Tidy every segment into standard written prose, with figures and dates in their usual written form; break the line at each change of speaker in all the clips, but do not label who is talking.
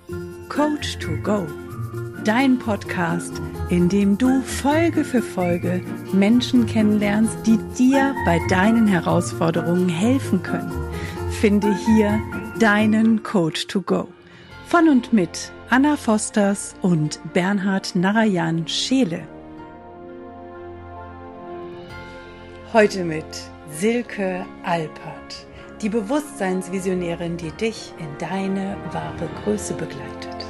Coach to Go, dein Podcast, in dem du Folge für Folge Menschen kennenlernst, die dir bei deinen Herausforderungen helfen können. Finde hier deinen Coach to Go. Von und mit Anna Fosters und Bernhard Narayan Scheele. Heute mit Silke Alpert, die Bewusstseinsvisionärin, die dich in deine wahre Größe begleitet.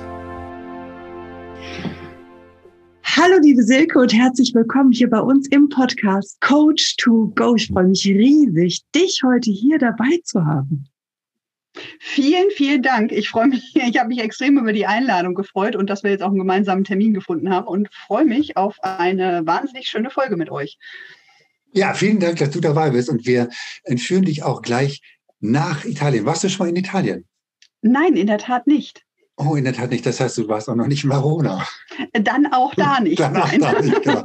Hallo liebe Silke und herzlich willkommen hier bei uns im Podcast Coach to Go. Ich freue mich riesig, dich heute hier dabei zu haben.
Vielen, vielen Dank. Ich freue mich, ich habe mich extrem über die Einladung gefreut und dass wir jetzt auch einen gemeinsamen Termin gefunden haben und freue mich auf eine wahnsinnig schöne Folge mit euch.
Ja, vielen Dank, dass du dabei bist und wir entführen dich auch gleich nach Italien. Warst du schon mal in Italien?
Nein, in der Tat nicht.
Oh, in der Tat nicht. Das heißt, du warst auch noch nicht in Verona.
Dann auch da nicht.
Dann auch da nicht, genau.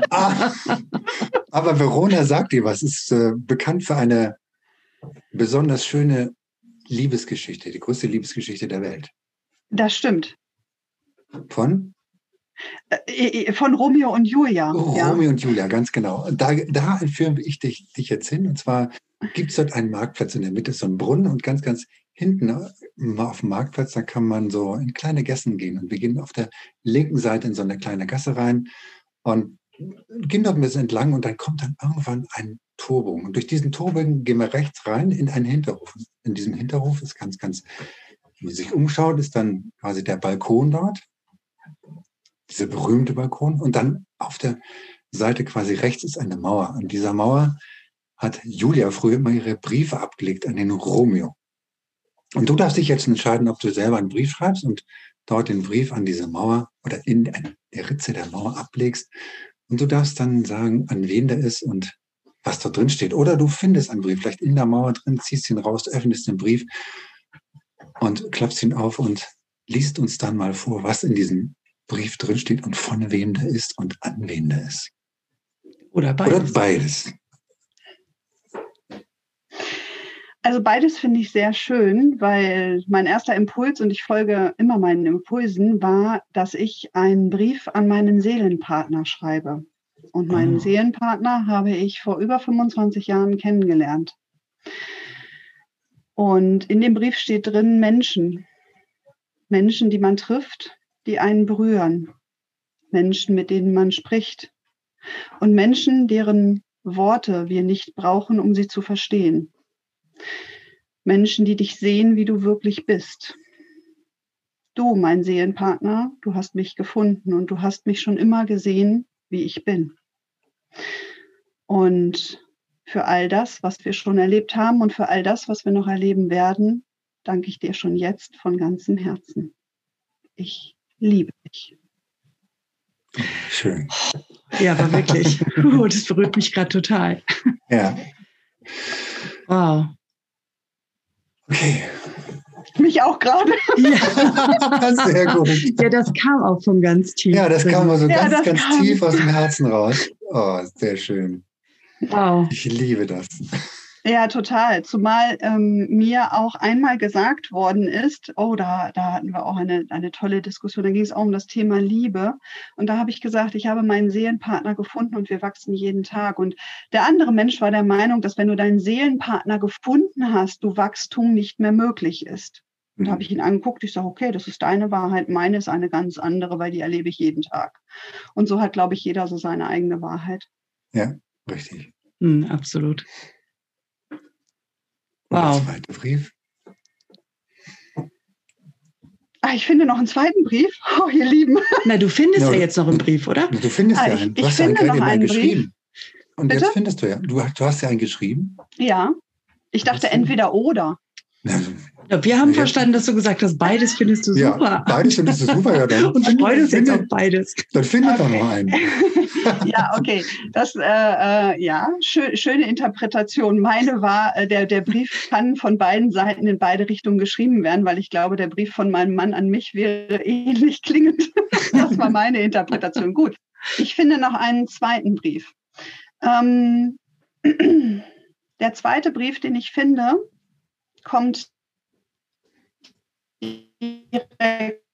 Aber Verona sagt dir was, ist bekannt für eine besonders schöne Liebesgeschichte, die größte Liebesgeschichte der Welt.
Das stimmt.
Von?
Von Romeo und Julia.
Romeo und Julia, ganz genau. Da entführen ich dich jetzt hin. Und zwar gibt es dort einen Marktplatz. In der Mitte ist so ein Brunnen und ganz, ganz hinten auf dem Marktplatz, da kann man so in kleine Gassen gehen. Und wir gehen auf der linken Seite in so eine kleine Gasse rein und gehen dort ein bisschen entlang und dann kommt dann irgendwann ein Torbogen. Und durch diesen Torbogen gehen wir rechts rein in einen Hinterhof. In diesem Hinterhof ist ganz, ganz, wenn man sich umschaut, ist dann quasi der Balkon dort. Dieser berühmte Balkon. Und dann auf der Seite quasi rechts ist eine Mauer. An dieser Mauer hat Julia früher immer ihre Briefe abgelegt an den Romeo. Und du darfst dich jetzt entscheiden, ob du selber einen Brief schreibst und dort den Brief an diese Mauer oder in der Ritze der Mauer ablegst. Und du darfst dann sagen, an wen der ist und was da drin steht. Oder du findest einen Brief, vielleicht in der Mauer drin, ziehst ihn raus, öffnest den Brief und klappst ihn auf und liest uns dann mal vor, was in diesem Brief drin steht und von wem der ist und an wen der ist.
Oder beides.
Oder beides.
Also beides finde ich sehr schön, weil mein erster Impuls, und ich folge immer meinen Impulsen, war, dass ich einen Brief an meinen Seelenpartner schreibe. Und meinen Seelenpartner habe ich vor über 25 Jahren kennengelernt. Und in dem Brief steht drin Menschen. Menschen, die man trifft, die einen berühren. Menschen, mit denen man spricht. Und Menschen, deren Worte wir nicht brauchen, um sie zu verstehen. Menschen, die dich sehen, wie du wirklich bist. Du, mein Seelenpartner, du hast mich gefunden und du hast mich schon immer gesehen, wie ich bin. Und für all das, was wir schon erlebt haben und für all das, was wir noch erleben werden, danke ich dir schon jetzt von ganzem Herzen. Ich liebe dich.
Schön.
Ja, aber wirklich. Das berührt mich gerade total.
Ja.
Wow.
Okay.
Mich auch gerade.
Ja.
Sehr gut.
Ja, das kam auch von ganz tief.
Ja, das kam also
Ja,
ganz tief aus dem Herzen raus. Oh, sehr schön.
Wow.
Ich liebe das.
Ja, total. Zumal mir auch einmal gesagt worden ist, da hatten wir auch eine tolle Diskussion, da ging es auch um das Thema Liebe. Und da habe ich gesagt, ich habe meinen Seelenpartner gefunden und wir wachsen jeden Tag. Und der andere Mensch war der Meinung, dass wenn du deinen Seelenpartner gefunden hast, du Wachstum nicht mehr möglich ist. Und da habe ich ihn angeguckt, ich sage, okay, das ist deine Wahrheit, meine ist eine ganz andere, weil die erlebe ich jeden Tag. Und so hat, glaube ich, jeder so seine eigene Wahrheit.
Ja, richtig.
Absolut.
Wow.
Wow.
Der zweite Brief.
Ich finde noch einen zweiten Brief. Oh, ihr Lieben.
Na, du findest ja jetzt noch einen Brief, oder?
Du findest ja einen. Du hast ja
finde noch einen
geschrieben. Und
Bitte?
jetzt findest du ja. Du hast ja einen geschrieben.
Ja. Ich dachte entweder oder.
Ja, wir haben verstanden, dass du gesagt hast, beides findest du super.
Ja, beides findest du super, ja dann.
Und freuen uns jetzt auf beides.
Dann findet doch noch einen.
Ja, okay. Das, schöne Interpretation. Meine war, der Brief kann von beiden Seiten in beide Richtungen geschrieben werden, weil ich glaube, der Brief von meinem Mann an mich wäre ähnlich klingend. Das war meine Interpretation. Gut. Ich finde noch einen zweiten Brief. Der zweite Brief, den ich finde, kommt direkt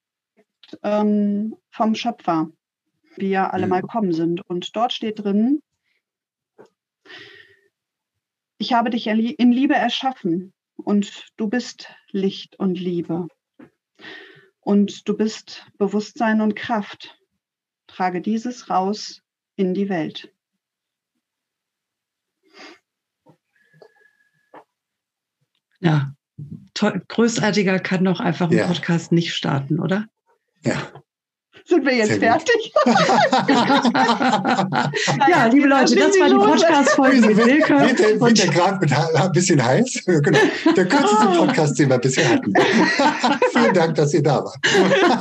vom Schöpfer, wie wir alle mal kommen sind. Und dort steht drin, ich habe dich in Liebe erschaffen und du bist Licht und Liebe. Und du bist Bewusstsein und Kraft. Trage dieses raus in die Welt.
Ja, toll, großartiger kann doch einfach ein Podcast nicht starten, oder?
Ja.
Sind wir jetzt fertig?
Ja, liebe Leute, das war die Podcast-Folge mit Silke.
Wird der gerade ein bisschen heiß? Genau. Der kürzeste Podcast, den wir bisher hatten. Vielen Dank, dass ihr da wart.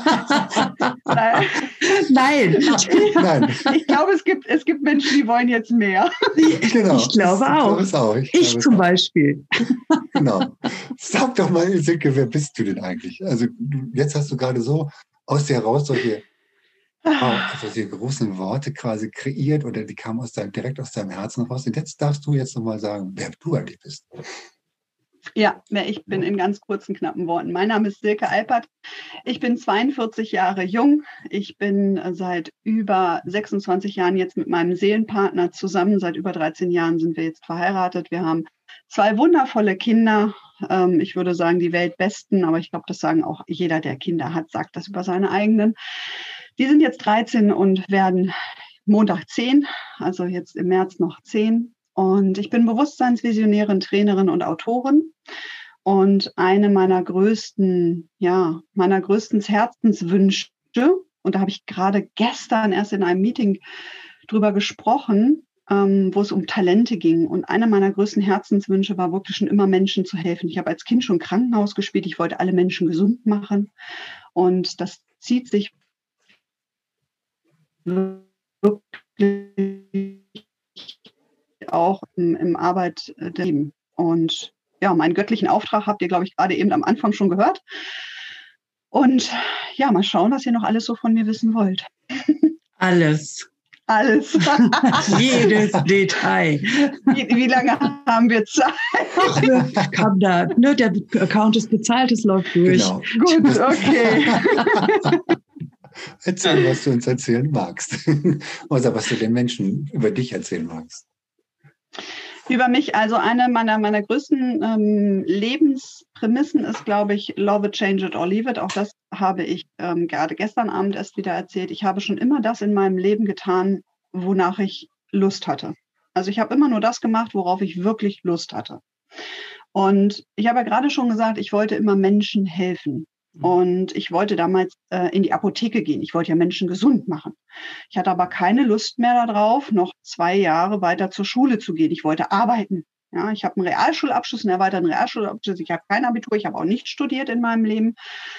Nein.
Ich glaube, es gibt Menschen, die wollen jetzt mehr.
Genau. Ich glaube auch. Ich zum Beispiel.
Genau. Sag doch mal, Silke, wer bist du denn eigentlich? Also jetzt hast du gerade so aus dir heraus solche großen Worte quasi kreiert oder die kamen direkt aus deinem Herzen raus. Und jetzt darfst du jetzt nochmal sagen, wer du eigentlich bist.
Ja, ich bin in ganz kurzen, knappen Worten. Mein Name ist Silke Alpert. Ich bin 42 Jahre jung. Ich bin seit über 26 Jahren jetzt mit meinem Seelenpartner zusammen. Seit über 13 Jahren sind wir jetzt verheiratet. Wir haben 2 wundervolle Kinder. Ich würde sagen, die Weltbesten, aber ich glaube, das sagen auch jeder, der Kinder hat, sagt das über seine eigenen. Die sind jetzt 13 und werden Montag 10, also jetzt im März noch 10. Und ich bin Bewusstseinsvisionärin, Trainerin und Autorin. Und eine meiner größten Herzenswünsche, und da habe ich gerade gestern erst in einem Meeting drüber gesprochen, wo es um Talente ging. Und einer meiner größten Herzenswünsche war wirklich schon immer, Menschen zu helfen. Ich habe als Kind schon Krankenhaus gespielt. Ich wollte alle Menschen gesund machen. Und das zieht sich wirklich auch im Arbeitsleben. Und ja, meinen göttlichen Auftrag habt ihr, glaube ich, gerade eben am Anfang schon gehört. Und ja, mal schauen, was ihr noch alles so von mir wissen wollt.
Alles.
Jedes
Detail.
Wie lange haben wir Zeit?
Ach, der Account ist bezahlt, es läuft durch.
Genau.
Gut, okay.
Erzähl, was du uns erzählen magst. Oder was du den Menschen über dich erzählen magst.
Über mich, also eine meiner größten Lebensprämissen ist, glaube ich, love it, change it or leave it. Auch das habe ich gerade gestern Abend erst wieder erzählt. Ich habe schon immer das in meinem Leben getan, wonach ich Lust hatte. Also ich habe immer nur das gemacht, worauf ich wirklich Lust hatte. Und ich habe ja gerade schon gesagt, ich wollte immer Menschen helfen. Und ich wollte damals in die Apotheke gehen. Ich wollte ja Menschen gesund machen. Ich hatte aber keine Lust mehr darauf, noch 2 Jahre weiter zur Schule zu gehen. Ich wollte arbeiten. Ja, ich habe einen Realschulabschluss, einen erweiterten Realschulabschluss. Ich habe kein Abitur, ich habe auch nicht studiert in meinem Leben.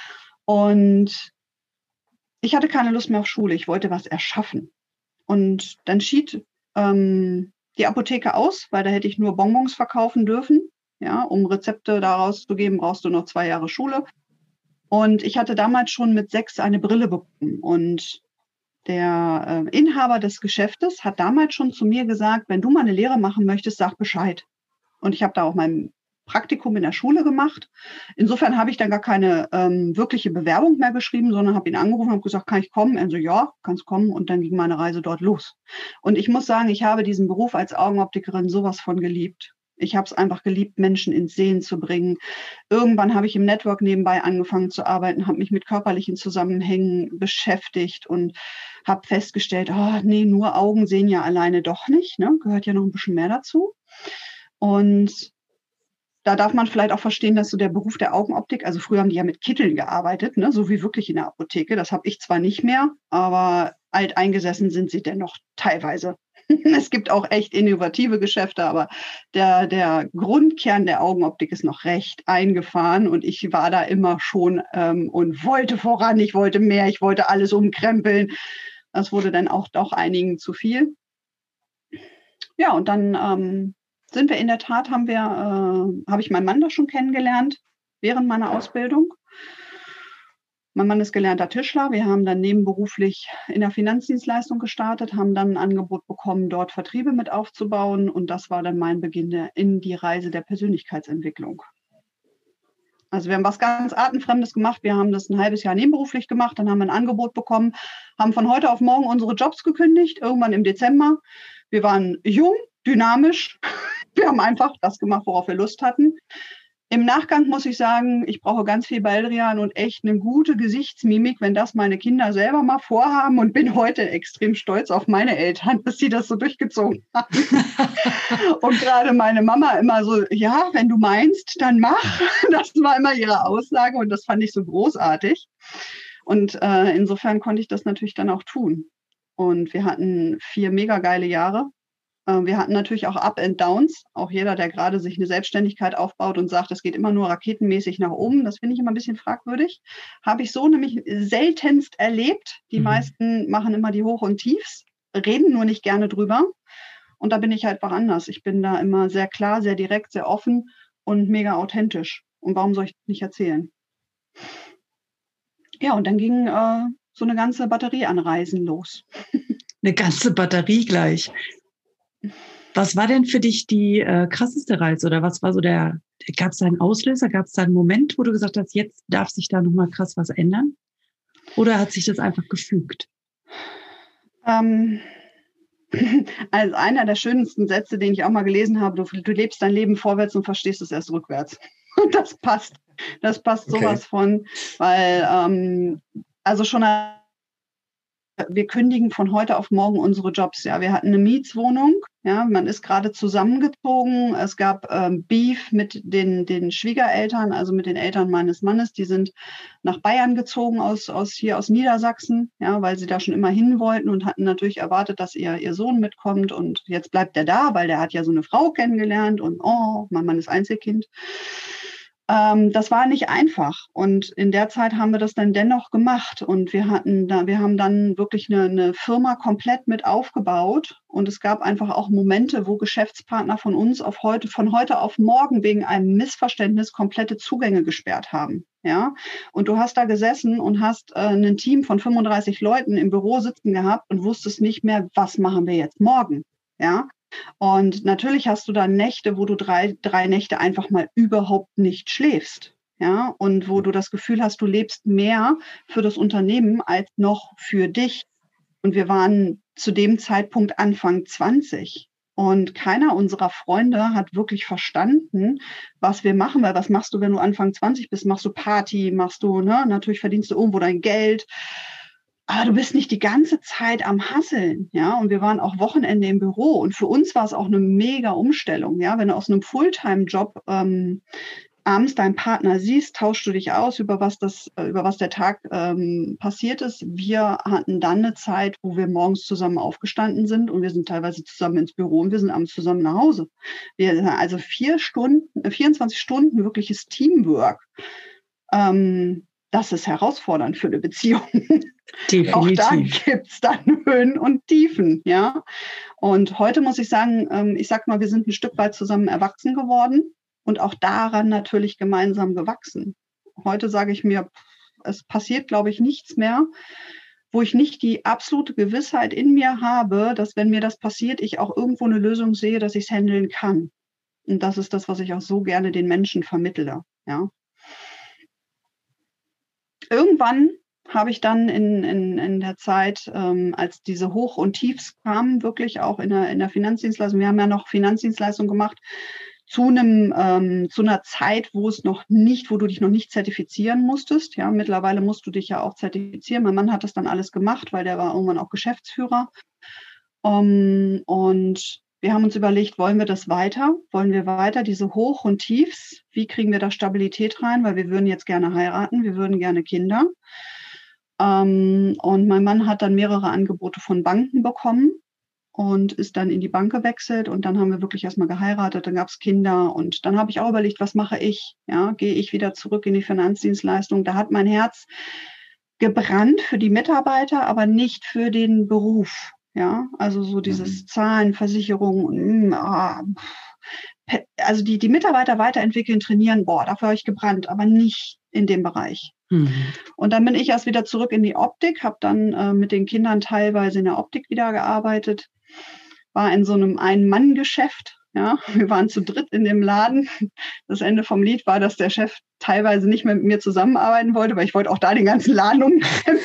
Und ich hatte keine Lust mehr auf Schule. Ich wollte was erschaffen. Und dann schied die Apotheke aus, weil da hätte ich nur Bonbons verkaufen dürfen. Ja, um Rezepte daraus zu geben, brauchst du noch 2 Jahre Schule. Und ich hatte damals schon mit 6 eine Brille bekommen. Und der Inhaber des Geschäftes hat damals schon zu mir gesagt, wenn du mal eine Lehre machen möchtest, sag Bescheid. Und ich habe da auch mein Praktikum in der Schule gemacht. Insofern habe ich dann gar keine wirkliche Bewerbung mehr geschrieben, sondern habe ihn angerufen und habe gesagt, kann ich kommen? Er so, ja, kannst kommen. Und dann ging meine Reise dort los. Und ich muss sagen, ich habe diesen Beruf als Augenoptikerin sowas von geliebt. Ich habe es einfach geliebt, Menschen ins Sehen zu bringen. Irgendwann habe ich im Network nebenbei angefangen zu arbeiten, habe mich mit körperlichen Zusammenhängen beschäftigt und habe festgestellt, nee, nur Augen sehen ja alleine doch nicht, ne? Gehört ja noch ein bisschen mehr dazu. Und da darf man vielleicht auch verstehen, dass so der Beruf der Augenoptik, also früher haben die ja mit Kitteln gearbeitet, ne? So wie wirklich in der Apotheke. Das habe ich zwar nicht mehr, aber alteingesessen sind sie dennoch teilweise. Es gibt auch echt innovative Geschäfte, aber der Grundkern der Augenoptik ist noch recht eingefahren und ich war da immer schon und wollte voran, ich wollte mehr, ich wollte alles umkrempeln. Das wurde dann auch doch einigen zu viel. Ja, und dann sind wir in der Tat, habe ich meinen Mann da schon kennengelernt während meiner Ausbildung. Mein Mann ist gelernter Tischler. Wir haben dann nebenberuflich in der Finanzdienstleistung gestartet, haben dann ein Angebot bekommen, dort Vertriebe mit aufzubauen. Und das war dann mein Beginn in die Reise der Persönlichkeitsentwicklung. Also wir haben was ganz Artenfremdes gemacht. Wir haben das ein halbes Jahr nebenberuflich gemacht, dann haben wir ein Angebot bekommen, haben von heute auf morgen unsere Jobs gekündigt, irgendwann im Dezember. Wir waren jung, dynamisch. Wir haben einfach das gemacht, worauf wir Lust hatten. Im Nachgang muss ich sagen, ich brauche ganz viel Baldrian und echt eine gute Gesichtsmimik, wenn das meine Kinder selber mal vorhaben, und bin heute extrem stolz auf meine Eltern, dass sie das so durchgezogen haben. Und gerade meine Mama immer so, ja, wenn du meinst, dann mach. Das war immer ihre Aussage und das fand ich so großartig. Und insofern konnte ich das natürlich dann auch tun. Und wir hatten 4 mega geile Jahre. Wir hatten natürlich auch Up and Downs. Auch jeder, der gerade sich eine Selbstständigkeit aufbaut und sagt, es geht immer nur raketenmäßig nach oben, das finde ich immer ein bisschen fragwürdig. Habe ich so nämlich seltenst erlebt. Die meisten machen immer die Hoch und Tiefs, reden nur nicht gerne drüber. Und da bin ich halt einfach anders. Ich bin da immer sehr klar, sehr direkt, sehr offen und mega authentisch. Und warum soll ich das nicht erzählen? Ja, und dann ging so eine ganze Batterie an Reisen los.
Eine ganze Batterie gleich. Was war denn für dich die krasseste Reise, oder was war so gab es da einen Auslöser, gab es da einen Moment, wo du gesagt hast, jetzt darf sich da nochmal krass was ändern? Oder hat sich das einfach gefügt?
Also einer der schönsten Sätze, den ich auch mal gelesen habe, du lebst dein Leben vorwärts und verstehst es erst rückwärts. Und das passt. Das passt sowas von, weil also schon wir kündigen von heute auf morgen unsere Jobs. Ja, wir hatten eine Mietswohnung. Ja, man ist gerade zusammengezogen. Es gab Beef mit den Schwiegereltern, also mit den Eltern meines Mannes. Die sind nach Bayern gezogen aus Niedersachsen, ja, weil sie da schon immer hin wollten und hatten natürlich erwartet, dass ihr Sohn mitkommt. Und jetzt bleibt er da, weil der hat ja so eine Frau kennengelernt und mein Mann ist Einzelkind. Das war nicht einfach, und in der Zeit haben wir das dann dennoch gemacht, und wir haben dann wirklich eine Firma komplett mit aufgebaut, und es gab einfach auch Momente, wo Geschäftspartner von uns von heute auf morgen wegen einem Missverständnis komplette Zugänge gesperrt haben. Ja, und du hast da gesessen und hast ein Team von 35 Leuten im Büro sitzen gehabt und wusstest nicht mehr, was machen wir jetzt morgen. Ja. Und natürlich hast du dann Nächte, wo du drei Nächte einfach mal überhaupt nicht schläfst. Ja, und wo du das Gefühl hast, du lebst mehr für das Unternehmen als noch für dich. Und wir waren zu dem Zeitpunkt Anfang 20. Und keiner unserer Freunde hat wirklich verstanden, was wir machen. Weil was machst du, wenn du Anfang 20 bist? Machst du Party? Natürlich verdienst du irgendwo dein Geld. Aber du bist nicht die ganze Zeit am Hasseln, ja. Und wir waren auch Wochenende im Büro. Und für uns war es auch eine mega Umstellung, ja. Wenn du aus einem Fulltime-Job abends deinen Partner siehst, tauschst du dich aus über was der Tag passiert ist. Wir hatten dann eine Zeit, wo wir morgens zusammen aufgestanden sind, und wir sind teilweise zusammen ins Büro und wir sind abends zusammen nach Hause. Also 24 Stunden wirkliches Teamwork. Das ist herausfordernd für eine Beziehung. Definitiv. Auch da gibt es dann Höhen und Tiefen, ja. Und heute muss ich sagen, ich sag mal, wir sind ein Stück weit zusammen erwachsen geworden und auch daran natürlich gemeinsam gewachsen. Heute sage ich mir, es passiert, glaube ich, nichts mehr, wo ich nicht die absolute Gewissheit in mir habe, dass, wenn mir das passiert, ich auch irgendwo eine Lösung sehe, dass ich es handeln kann. Und das ist das, was ich auch so gerne den Menschen vermittle, ja. Irgendwann habe ich dann in der Zeit, als diese Hoch- und Tiefs kamen, wirklich auch in der Finanzdienstleistung, wir haben ja noch Finanzdienstleistung gemacht, zu einer Zeit, wo du dich noch nicht zertifizieren musstest. Ja, mittlerweile musst du dich ja auch zertifizieren. Mein Mann hat das dann alles gemacht, weil der war irgendwann auch Geschäftsführer. Und wir haben uns überlegt, wollen wir das weiter? Wollen wir weiter diese Hoch- und Tiefs? Wie kriegen wir da Stabilität rein? Weil wir würden jetzt gerne heiraten, wir würden gerne Kinder. Und mein Mann hat dann mehrere Angebote von Banken bekommen und ist dann in die Bank gewechselt. Und dann haben wir wirklich erstmal geheiratet, dann gab es Kinder. Und dann habe ich auch überlegt, was mache ich? Ja, gehe ich wieder zurück in die Finanzdienstleistung? Da hat mein Herz gebrannt für die Mitarbeiter, aber nicht für den Beruf. Ja, also so dieses Zahlen, Versicherungen, also die Mitarbeiter weiterentwickeln, trainieren, dafür habe ich gebrannt, aber nicht in dem Bereich. Und dann bin ich erst wieder zurück in die Optik, habe dann mit den Kindern teilweise in der Optik wieder gearbeitet, war in so einem Ein-Mann-Geschäft, Ja, wir waren zu dritt in dem Laden. Das Ende vom Lied war, dass der Chef teilweise nicht mehr mit mir zusammenarbeiten wollte, weil ich wollte auch da den ganzen Laden umkrempeln.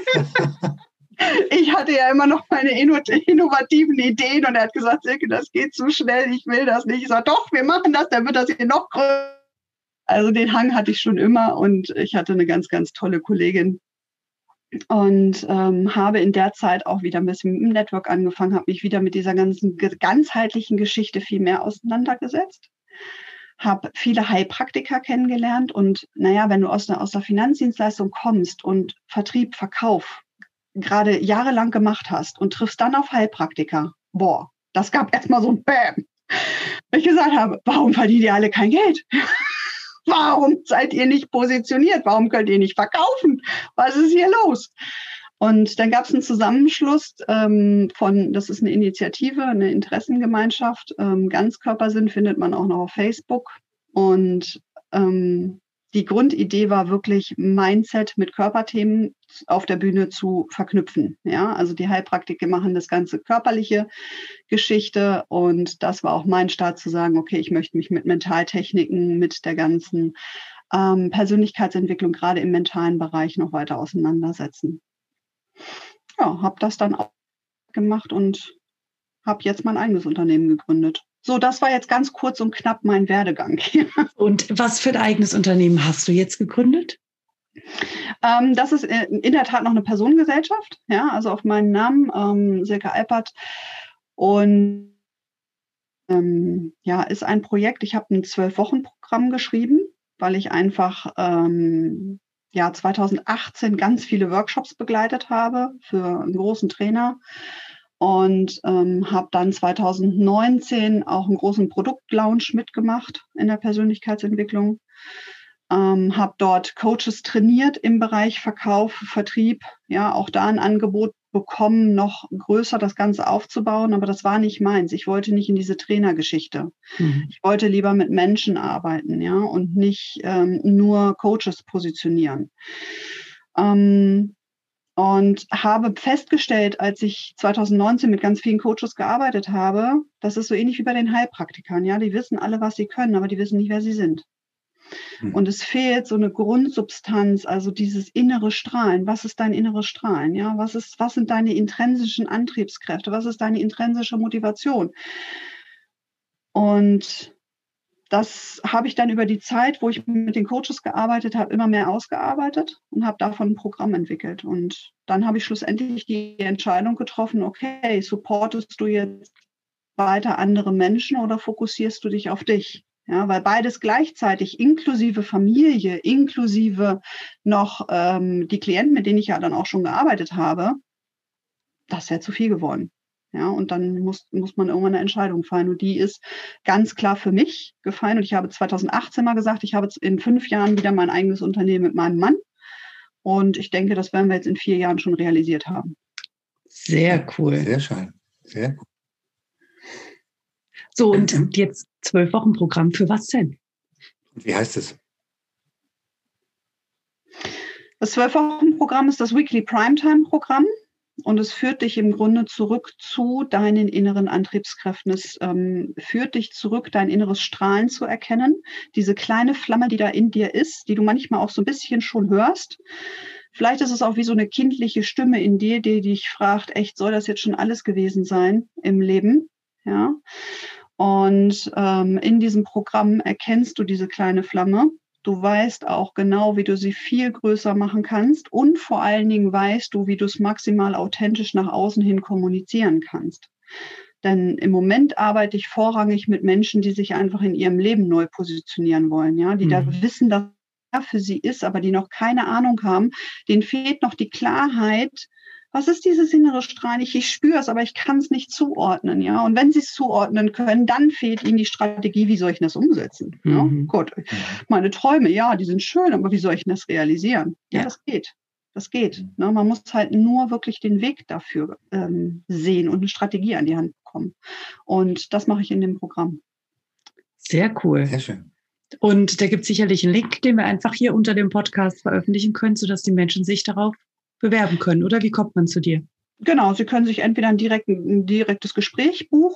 Ich hatte ja immer noch meine innovativen Ideen und er hat gesagt, Silke, das geht zu schnell, ich will das nicht. Ich sage, doch, wir machen das, dann wird das hier noch größer. Also den Hang hatte ich schon immer und ich hatte eine ganz, ganz tolle Kollegin und habe in der Zeit auch wieder ein bisschen mit dem Network angefangen, habe mich wieder mit dieser ganzen ganzheitlichen Geschichte viel mehr auseinandergesetzt. Habe viele Heilpraktiker kennengelernt und naja, wenn du aus der Finanzdienstleistung kommst und Vertrieb, Verkauf gerade jahrelang gemacht hast und triffst dann auf Heilpraktiker, boah, das gab erstmal so ein Bam. Weil ich gesagt habe, warum verdient ihr alle kein Geld? Warum seid ihr nicht positioniert? Warum könnt ihr nicht verkaufen? Was ist hier los? Und dann gab es einen Zusammenschluss das ist eine Initiative, eine Interessengemeinschaft. Ganzkörpersinn findet man auch noch auf Facebook. Und die Grundidee war wirklich, Mindset mit Körperthemen auf der Bühne zu verknüpfen. Ja, also die Heilpraktiker machen das ganze körperliche Geschichte und das war auch mein Start zu sagen, okay, ich möchte mich mit Mentaltechniken, mit der ganzen Persönlichkeitsentwicklung gerade im mentalen Bereich noch weiter auseinandersetzen. Ja, habe das dann auch gemacht und habe jetzt mein eigenes Unternehmen gegründet. So, das war jetzt ganz kurz und knapp mein Werdegang.
Und was für ein eigenes Unternehmen hast du jetzt gegründet?
Das ist in der Tat noch eine Personengesellschaft, ja, also auf meinen Namen, Silke Alpert. Und ist ein Projekt. Ich habe ein 12-Wochen-Programm geschrieben, weil ich einfach 2018 ganz viele Workshops begleitet habe für einen großen Trainer. Und habe dann 2019 auch einen großen Produktlaunch mitgemacht in der Persönlichkeitsentwicklung. Habe dort Coaches trainiert im Bereich Verkauf, Vertrieb, ja, auch da ein Angebot bekommen, noch größer das Ganze aufzubauen, aber das war nicht meins. Ich wollte nicht in diese Trainergeschichte. Ich wollte lieber mit Menschen arbeiten, ja, und nicht nur Coaches positionieren. Und habe festgestellt, als ich 2019 mit ganz vielen Coaches gearbeitet habe, das ist so ähnlich wie bei den Heilpraktikern. Ja, die wissen alle, was sie können, aber die wissen nicht, wer sie sind. Und es fehlt so eine Grundsubstanz, also dieses innere Strahlen. Was ist dein inneres Strahlen? Ja, was sind deine intrinsischen Antriebskräfte? Was ist deine intrinsische Motivation? Und das habe ich dann über die Zeit, wo ich mit den Coaches gearbeitet habe, immer mehr ausgearbeitet und habe davon ein Programm entwickelt. Und dann habe ich schlussendlich die Entscheidung getroffen, okay, supportest du jetzt weiter andere Menschen oder fokussierst du dich auf dich? Ja, weil beides gleichzeitig, inklusive Familie, inklusive noch die Klienten, mit denen ich ja dann auch schon gearbeitet habe, das wäre zu viel geworden. Ja, und dann muss man irgendwann eine Entscheidung fallen. Und die ist ganz klar für mich gefallen. Und ich habe 2018 mal gesagt, ich habe jetzt in 5 Jahren wieder mein eigenes Unternehmen mit meinem Mann. Und ich denke, das werden wir jetzt in 4 Jahren schon realisiert haben.
Sehr cool.
Sehr schön. Sehr gut.
So, und jetzt 12-Wochen-Programm. Für was denn?
Wie heißt es?
Das 12-Wochen-Programm ist das Weekly Primetime-Programm. Und es führt dich im Grunde zurück zu deinen inneren Antriebskräften. Es führt dich zurück, dein inneres Strahlen zu erkennen. Diese kleine Flamme, die da in dir ist, die du manchmal auch so ein bisschen schon hörst. Vielleicht ist es auch wie so eine kindliche Stimme in dir, die dich fragt, echt, soll das jetzt schon alles gewesen sein im Leben? Ja. Und in diesem Programm erkennst du diese kleine Flamme. Du weißt auch genau, wie du sie viel größer machen kannst und vor allen Dingen weißt du, wie du es maximal authentisch nach außen hin kommunizieren kannst. Denn im Moment arbeite ich vorrangig mit Menschen, die sich einfach in ihrem Leben neu positionieren wollen, ja, die da wissen, dass er für sie ist, aber die noch keine Ahnung haben. Denen fehlt noch die Klarheit. Was ist dieses innere Strahlen? Ich spüre es, aber ich kann es nicht zuordnen, ja. Und wenn sie es zuordnen können, dann fehlt ihnen die Strategie, wie soll ich das umsetzen? Ja? Gut, meine Träume, ja, die sind schön, aber wie soll ich das realisieren? Ja, das geht. Das geht. Ne? Man muss halt nur wirklich den Weg dafür sehen und eine Strategie an die Hand bekommen. Und das mache ich in dem Programm.
Sehr cool.
Sehr schön.
Und da gibt es sicherlich einen Link, den wir einfach hier unter dem Podcast veröffentlichen können, sodass die Menschen sich darauf bewerben können, oder wie kommt man zu dir?
Genau, Sie können sich entweder ein direktes Gespräch buchen,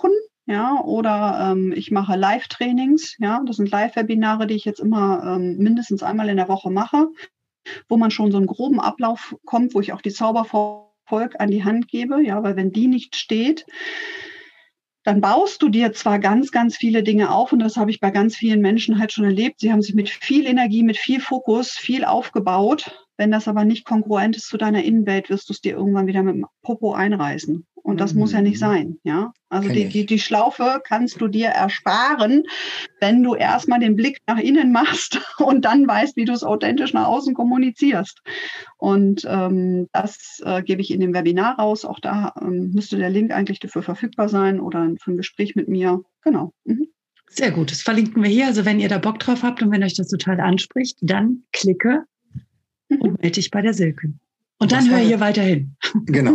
ja, oder ich mache Live-Trainings, ja, das sind Live-Webinare, die ich jetzt immer mindestens einmal in der Woche mache, wo man schon so einen groben Ablauf kommt, wo ich auch die Zaubervolk an die Hand gebe, ja, weil wenn die nicht steht, dann baust du dir zwar ganz, ganz viele Dinge auf, und das habe ich bei ganz vielen Menschen halt schon erlebt. Sie haben sich mit viel Energie, mit viel Fokus, viel aufgebaut. Wenn das aber nicht kongruent ist zu deiner Innenwelt, wirst du es dir irgendwann wieder mit dem Popo einreißen. Und das muss ja nicht sein, ja. Also die Schlaufe kannst du dir ersparen, wenn du erstmal den Blick nach innen machst und dann weißt, wie du es authentisch nach außen kommunizierst. Und das gebe ich in dem Webinar raus. Auch da müsste der Link eigentlich dafür verfügbar sein oder für ein Gespräch mit mir. Genau. Mhm.
Sehr gut, das verlinken wir hier. Also wenn ihr da Bock drauf habt und wenn euch das total anspricht, dann klicke und melde dich bei der Silke. Und dann höre hier weiterhin.
Genau.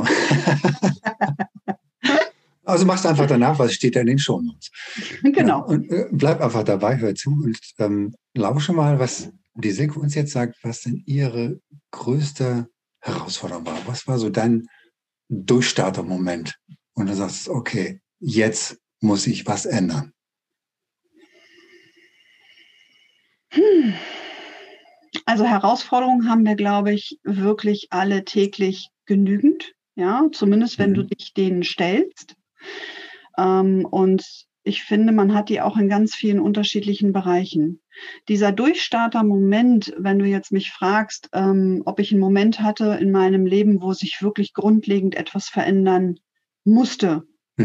Also machst du einfach danach, was steht da in den Shownotes.
Genau.
Ja, und bleib einfach dabei, hör zu und lausche mal, was die Silke uns jetzt sagt, was denn ihre größte Herausforderung war. Was war so dein Durchstarter-Moment? Und du sagst, okay, jetzt muss ich was ändern.
Also Herausforderungen haben wir, glaube ich, wirklich alle täglich genügend. Ja, zumindest wenn du dich denen stellst. Und ich finde, man hat die auch in ganz vielen unterschiedlichen Bereichen. Dieser Durchstarter-Moment, wenn du jetzt mich fragst, ob ich einen Moment hatte in meinem Leben, wo sich wirklich grundlegend etwas verändern musste,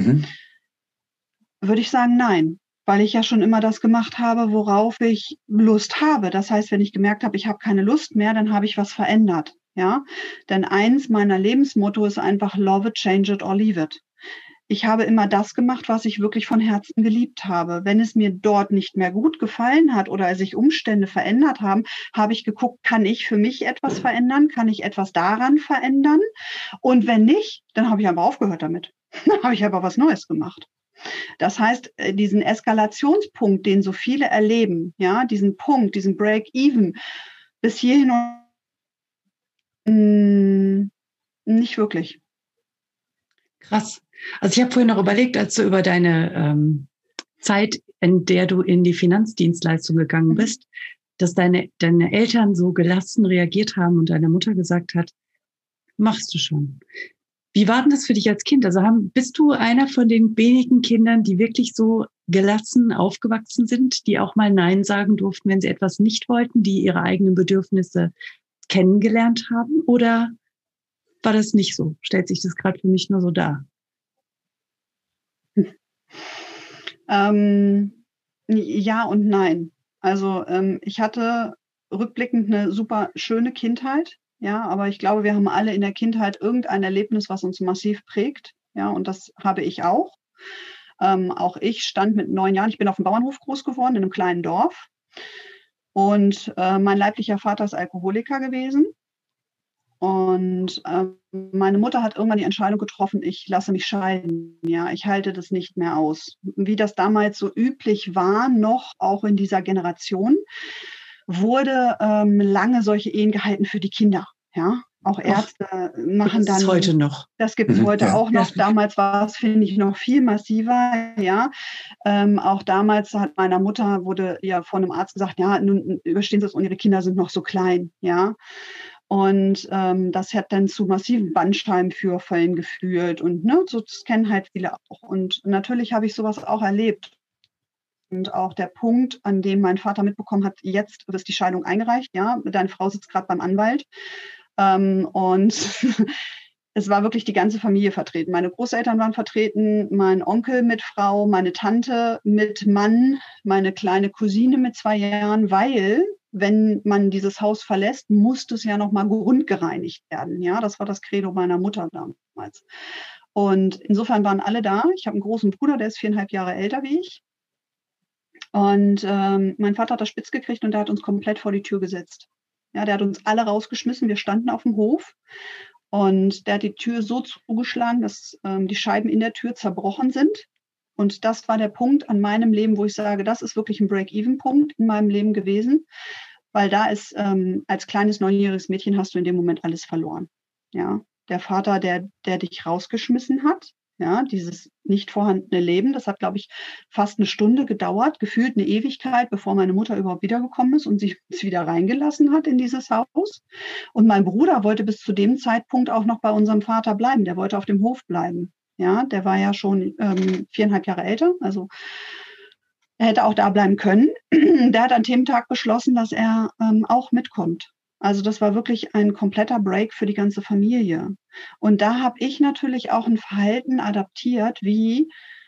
würde ich sagen, nein. Weil ich ja schon immer das gemacht habe, worauf ich Lust habe. Das heißt, wenn ich gemerkt habe, ich habe keine Lust mehr, dann habe ich was verändert. Ja, denn eins meiner Lebensmotto ist einfach love it, change it or leave it. Ich habe immer das gemacht, was ich wirklich von Herzen geliebt habe. Wenn es mir dort nicht mehr gut gefallen hat oder sich Umstände verändert haben, habe ich geguckt, kann ich für mich etwas verändern? Kann ich etwas daran verändern? Und wenn nicht, dann habe ich einfach aufgehört damit. Dann habe ich aber was Neues gemacht. Das heißt, diesen Eskalationspunkt, den so viele erleben, ja, diesen Punkt, diesen Break-Even, bis hierhin nicht wirklich.
Krass. Also ich habe vorhin noch überlegt, als du über deine Zeit, in der du in die Finanzdienstleistung gegangen bist, dass deine Eltern so gelassen reagiert haben und deine Mutter gesagt hat, machst du schon. Wie war denn das für dich als Kind? Also bist du einer von den wenigen Kindern, die wirklich so gelassen aufgewachsen sind, die auch mal Nein sagen durften, wenn sie etwas nicht wollten, die ihre eigenen Bedürfnisse kennengelernt haben? Oder war das nicht so? Stellt sich das gerade für mich nur so dar?
Ja und nein. Also ich hatte rückblickend eine super schöne Kindheit. Ja, aber ich glaube, wir haben alle in der Kindheit irgendein Erlebnis, was uns massiv prägt. Ja, und das habe ich auch. Auch ich stand mit 9 Jahren, ich bin auf dem Bauernhof groß geworden, in einem kleinen Dorf. Und mein leiblicher Vater ist Alkoholiker gewesen. Und meine Mutter hat irgendwann die Entscheidung getroffen, ich lasse mich scheiden. Ja, ich halte das nicht mehr aus. Wie das damals so üblich war, noch auch in dieser Generation, wurde lange solche Ehen gehalten für die Kinder. Ja, auch Ärzte machen dann.
Das ist heute noch.
Das gibt es heute auch noch. Damals war es, finde ich, noch viel massiver. Ja, auch damals hat meiner Mutter wurde ja von einem Arzt gesagt, ja, nun überstehen Sie es und Ihre Kinder sind noch so klein. Ja. Und das hat dann zu massiven Bandscheibenvorfällen geführt. Und ne, so, das kennen halt viele auch. Und natürlich habe ich sowas auch erlebt. Und auch der Punkt, an dem mein Vater mitbekommen hat, jetzt ist die Scheidung eingereicht. Ja, deine Frau sitzt gerade beim Anwalt. Und es war wirklich die ganze Familie vertreten. Meine Großeltern waren vertreten, mein Onkel mit Frau, meine Tante mit Mann, meine kleine Cousine mit 2 Jahren, weil wenn man dieses Haus verlässt, muss es ja nochmal grundgereinigt werden. Ja, das war das Credo meiner Mutter damals. Und insofern waren alle da. Ich habe einen großen Bruder, der ist 4,5 Jahre älter wie ich. Und mein Vater hat das spitz gekriegt und der hat uns komplett vor die Tür gesetzt. Ja, der hat uns alle rausgeschmissen. Wir standen auf dem Hof und der hat die Tür so zugeschlagen, dass die Scheiben in der Tür zerbrochen sind. Und das war der Punkt an meinem Leben, wo ich sage, das ist wirklich ein Break-Even-Punkt in meinem Leben gewesen, weil da ist, als kleines 9-jähriges Mädchen hast du in dem Moment alles verloren. Ja, der Vater, der dich rausgeschmissen hat, ja, dieses nicht vorhandene Leben. Das hat, glaube ich, fast eine Stunde gedauert, gefühlt eine Ewigkeit, bevor meine Mutter überhaupt wiedergekommen ist und sie uns wieder reingelassen hat in dieses Haus. Und mein Bruder wollte bis zu dem Zeitpunkt auch noch bei unserem Vater bleiben. Der wollte auf dem Hof bleiben. Ja, der war ja schon 4,5 Jahre älter, also er hätte auch da bleiben können. Der hat an dem Tag beschlossen, dass er auch mitkommt. Also das war wirklich ein kompletter Break für die ganze Familie. Und da habe ich natürlich auch ein Verhalten adaptiert, wie,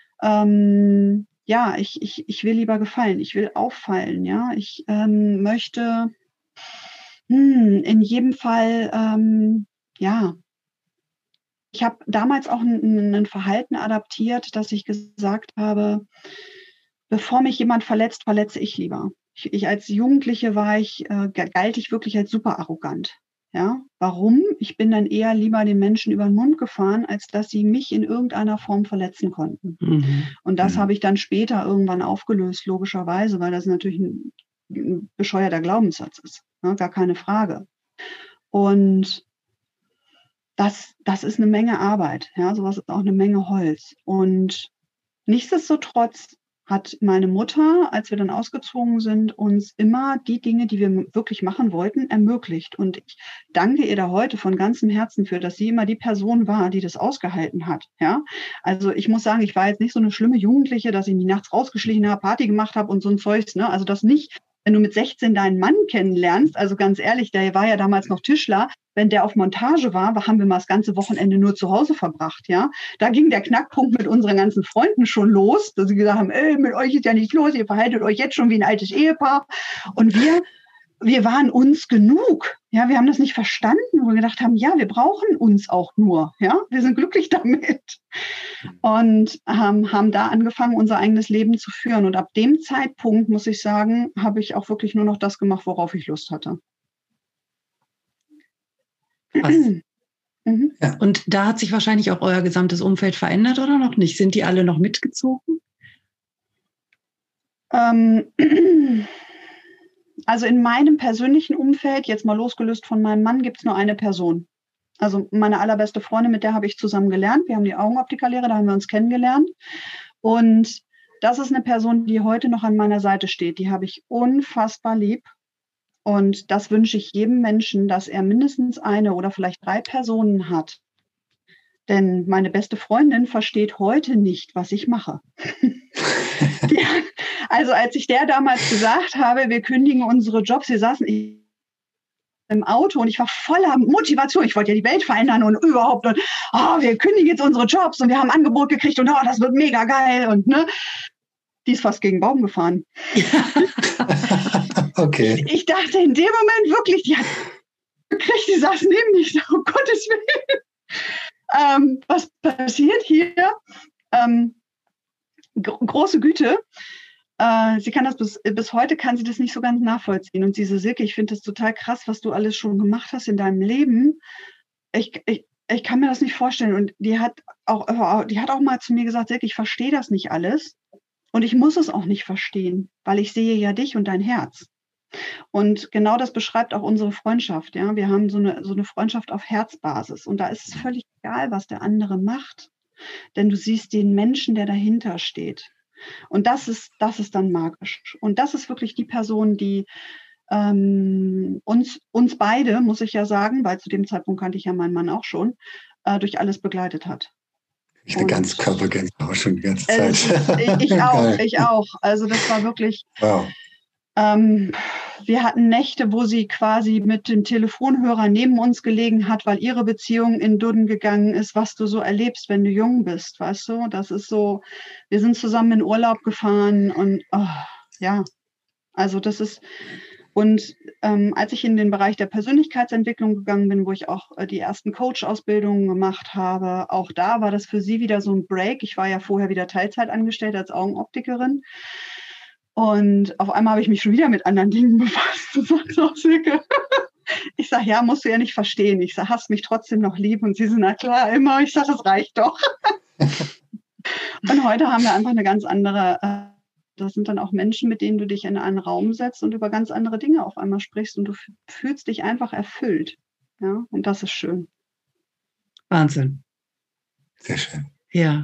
ja, ich will lieber gefallen, ich will auffallen, ja. Ich möchte in jedem Fall, ja, ich habe damals auch ein Verhalten adaptiert, dass ich gesagt habe, bevor mich jemand verletzt, verletze ich lieber. Ich als Jugendliche galt ich wirklich als super arrogant. Ja, warum? Ich bin dann eher lieber den Menschen über den Mund gefahren, als dass sie mich in irgendeiner Form verletzen konnten. Und das habe ich dann später irgendwann aufgelöst, logischerweise, weil das natürlich ein bescheuerter Glaubenssatz ist. Ne? Gar keine Frage. Und das ist eine Menge Arbeit. Ja, sowas ist auch eine Menge Holz. Und nichtsdestotrotz hat meine Mutter, als wir dann ausgezogen sind, uns immer die Dinge, die wir wirklich machen wollten, ermöglicht. Und ich danke ihr da heute von ganzem Herzen für, dass sie immer die Person war, die das ausgehalten hat. Ja? Also ich muss sagen, ich war jetzt nicht so eine schlimme Jugendliche, dass ich mich nachts rausgeschlichen habe, Party gemacht habe und so ein Zeugs. Ne? Also das nicht. Wenn du mit 16 deinen Mann kennenlernst, also ganz ehrlich, der war ja damals noch Tischler, wenn der auf Montage war, haben wir mal das ganze Wochenende nur zu Hause verbracht, ja. Da ging der Knackpunkt mit unseren ganzen Freunden schon los, dass sie gesagt haben, mit euch ist ja nichts los, ihr verhaltet euch jetzt schon wie ein altes Ehepaar. Und wir waren uns genug. Ja, wir haben das nicht verstanden, wo wir gedacht haben, ja, wir brauchen uns auch nur. Ja, wir sind glücklich damit. Und haben da angefangen, unser eigenes Leben zu führen. Und ab dem Zeitpunkt, muss ich sagen, habe ich auch wirklich nur noch das gemacht, worauf ich Lust hatte.
Ja. Und da hat sich wahrscheinlich auch euer gesamtes Umfeld verändert oder noch nicht? Sind die alle noch mitgezogen?
Also in meinem persönlichen Umfeld, jetzt mal losgelöst von meinem Mann, gibt es nur eine Person. Also meine allerbeste Freundin, mit der habe ich zusammen gelernt. Wir haben die Augenoptikerlehre, da haben wir uns kennengelernt. Und das ist eine Person, die heute noch an meiner Seite steht. Die habe ich unfassbar lieb. Und das wünsche ich jedem Menschen, dass er mindestens eine oder vielleicht 3 Personen hat. Denn meine beste Freundin versteht heute nicht, was ich mache. Ja, also als ich der damals gesagt habe, wir kündigen unsere Jobs, wir saßen im Auto und ich war voller Motivation. Ich wollte ja die Welt verändern und überhaupt. Und wir kündigen jetzt unsere Jobs und wir haben ein Angebot gekriegt und das wird mega geil. Und ne, die ist fast gegen den Baum gefahren.
Okay.
Ich dachte in dem Moment wirklich, die hat gekriegt, die saß neben mich. Um Gottes Willen. Was passiert hier? Große Güte. Sie kann das bis heute kann sie das nicht so ganz nachvollziehen. Und sie so, Silke, ich finde das total krass, was du alles schon gemacht hast in deinem Leben. Ich kann mir das nicht vorstellen. Und die hat auch mal zu mir gesagt, Silke, ich verstehe das nicht alles. Und ich muss es auch nicht verstehen, weil ich sehe ja dich und dein Herz. Und genau das beschreibt auch unsere Freundschaft. Ja? Wir haben so eine Freundschaft auf Herzbasis. Und da ist es völlig egal, was der andere macht. Denn du siehst den Menschen, der dahinter steht. Und das ist dann magisch. Und das ist wirklich die Person, die uns beide, muss ich ja sagen, weil zu dem Zeitpunkt kannte ich ja meinen Mann auch schon, durch alles begleitet hat.
Ich bin ganz Körpergänsehaut schon die ganze Zeit.
Ich auch. Also das war wirklich...
Wow.
Wir hatten Nächte, wo sie quasi mit dem Telefonhörer neben uns gelegen hat, weil ihre Beziehung in Dudden gegangen ist, was du so erlebst, wenn du jung bist, weißt du? Das ist so, wir sind zusammen in Urlaub gefahren und ja, also das ist, und als ich in den Bereich der Persönlichkeitsentwicklung gegangen bin, wo ich auch die ersten Coach-Ausbildungen gemacht habe, auch da war das für sie wieder so ein Break. Ich war ja vorher wieder Teilzeit angestellt als Augenoptikerin. Und auf einmal habe ich mich schon wieder mit anderen Dingen befasst. Ich sage, ja, musst du ja nicht verstehen. Ich sage, hast mich trotzdem noch lieb? Und sie so, na klar, immer. Ich sage, das reicht doch. Und heute haben wir einfach eine ganz andere, das sind dann auch Menschen, mit denen du dich in einen Raum setzt und über ganz andere Dinge auf einmal sprichst und du fühlst dich einfach erfüllt. Ja, und das ist schön.
Wahnsinn.
Sehr schön.
Ja.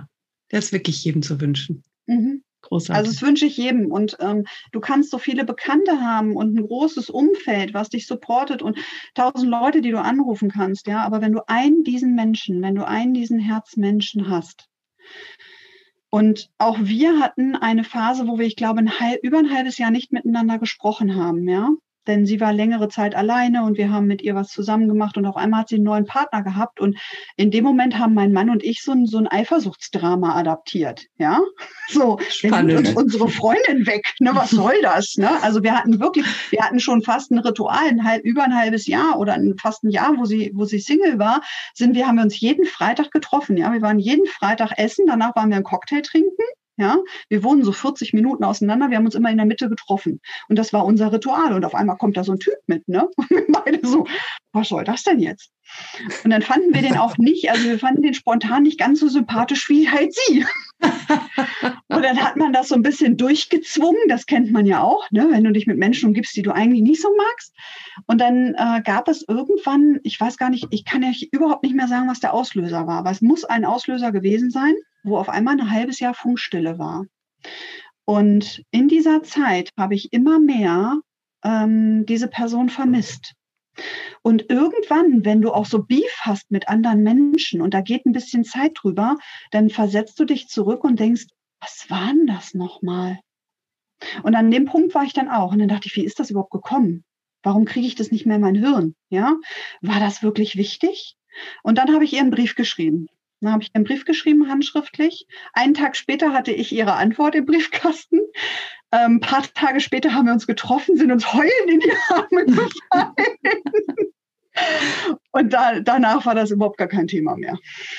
Das ist wirklich jedem zu wünschen.
Mhm.
Großartig.
Also das wünsche ich jedem. Und du kannst so viele Bekannte haben und ein großes Umfeld, was dich supportet und 1000 Leute, die du anrufen kannst. Ja, aber wenn du einen diesen Herzmenschen hast. Und auch wir hatten eine Phase, wo wir, ich glaube, über ein halbes Jahr nicht miteinander gesprochen haben, ja. Denn sie war längere Zeit alleine und wir haben mit ihr was zusammen gemacht und auf einmal hat sie einen neuen Partner gehabt. Und in dem Moment haben mein Mann und ich so ein Eifersuchtsdrama adaptiert, ja. So, der nimmt uns unsere Freundin weg, ne, was soll das, ne? Also wir hatten schon fast ein Ritual, über ein halbes Jahr oder fast ein Jahr, wo sie Single war, haben wir uns jeden Freitag getroffen, ja. Wir waren jeden Freitag essen, danach waren wir einen Cocktail trinken. Ja, wir wohnen so 40 Minuten auseinander, wir haben uns immer in der Mitte getroffen. Und das war unser Ritual. Und auf einmal kommt da so ein Typ mit, ne? Und wir beide so, was soll das denn jetzt? Und dann fanden wir den auch nicht, also wir fanden den spontan nicht ganz so sympathisch wie halt sie. Und dann hat man das so ein bisschen durchgezwungen, das kennt man ja auch, ne? Wenn du dich mit Menschen umgibst, die du eigentlich nicht so magst. Und dann gab es irgendwann, ich weiß gar nicht, ich kann ja überhaupt nicht mehr sagen, was der Auslöser war, aber es muss ein Auslöser gewesen sein, wo auf einmal ein halbes Jahr Funkstille war. Und in dieser Zeit habe ich immer mehr diese Person vermisst. Und irgendwann, wenn du auch so Beef hast mit anderen Menschen und da geht ein bisschen Zeit drüber, dann versetzt du dich zurück und denkst, was war denn das nochmal? Und an dem Punkt war ich dann auch. Und dann dachte ich, wie ist das überhaupt gekommen? Warum kriege ich das nicht mehr in mein Hirn? Ja? War das wirklich wichtig? Und dann habe ich ihr einen Brief geschrieben. Dann habe ich einen Brief geschrieben, handschriftlich. Einen Tag später hatte ich ihre Antwort im Briefkasten. Ein paar Tage später haben wir uns getroffen, sind uns heulend in die Arme gefallen. Und danach war das überhaupt gar kein Thema mehr.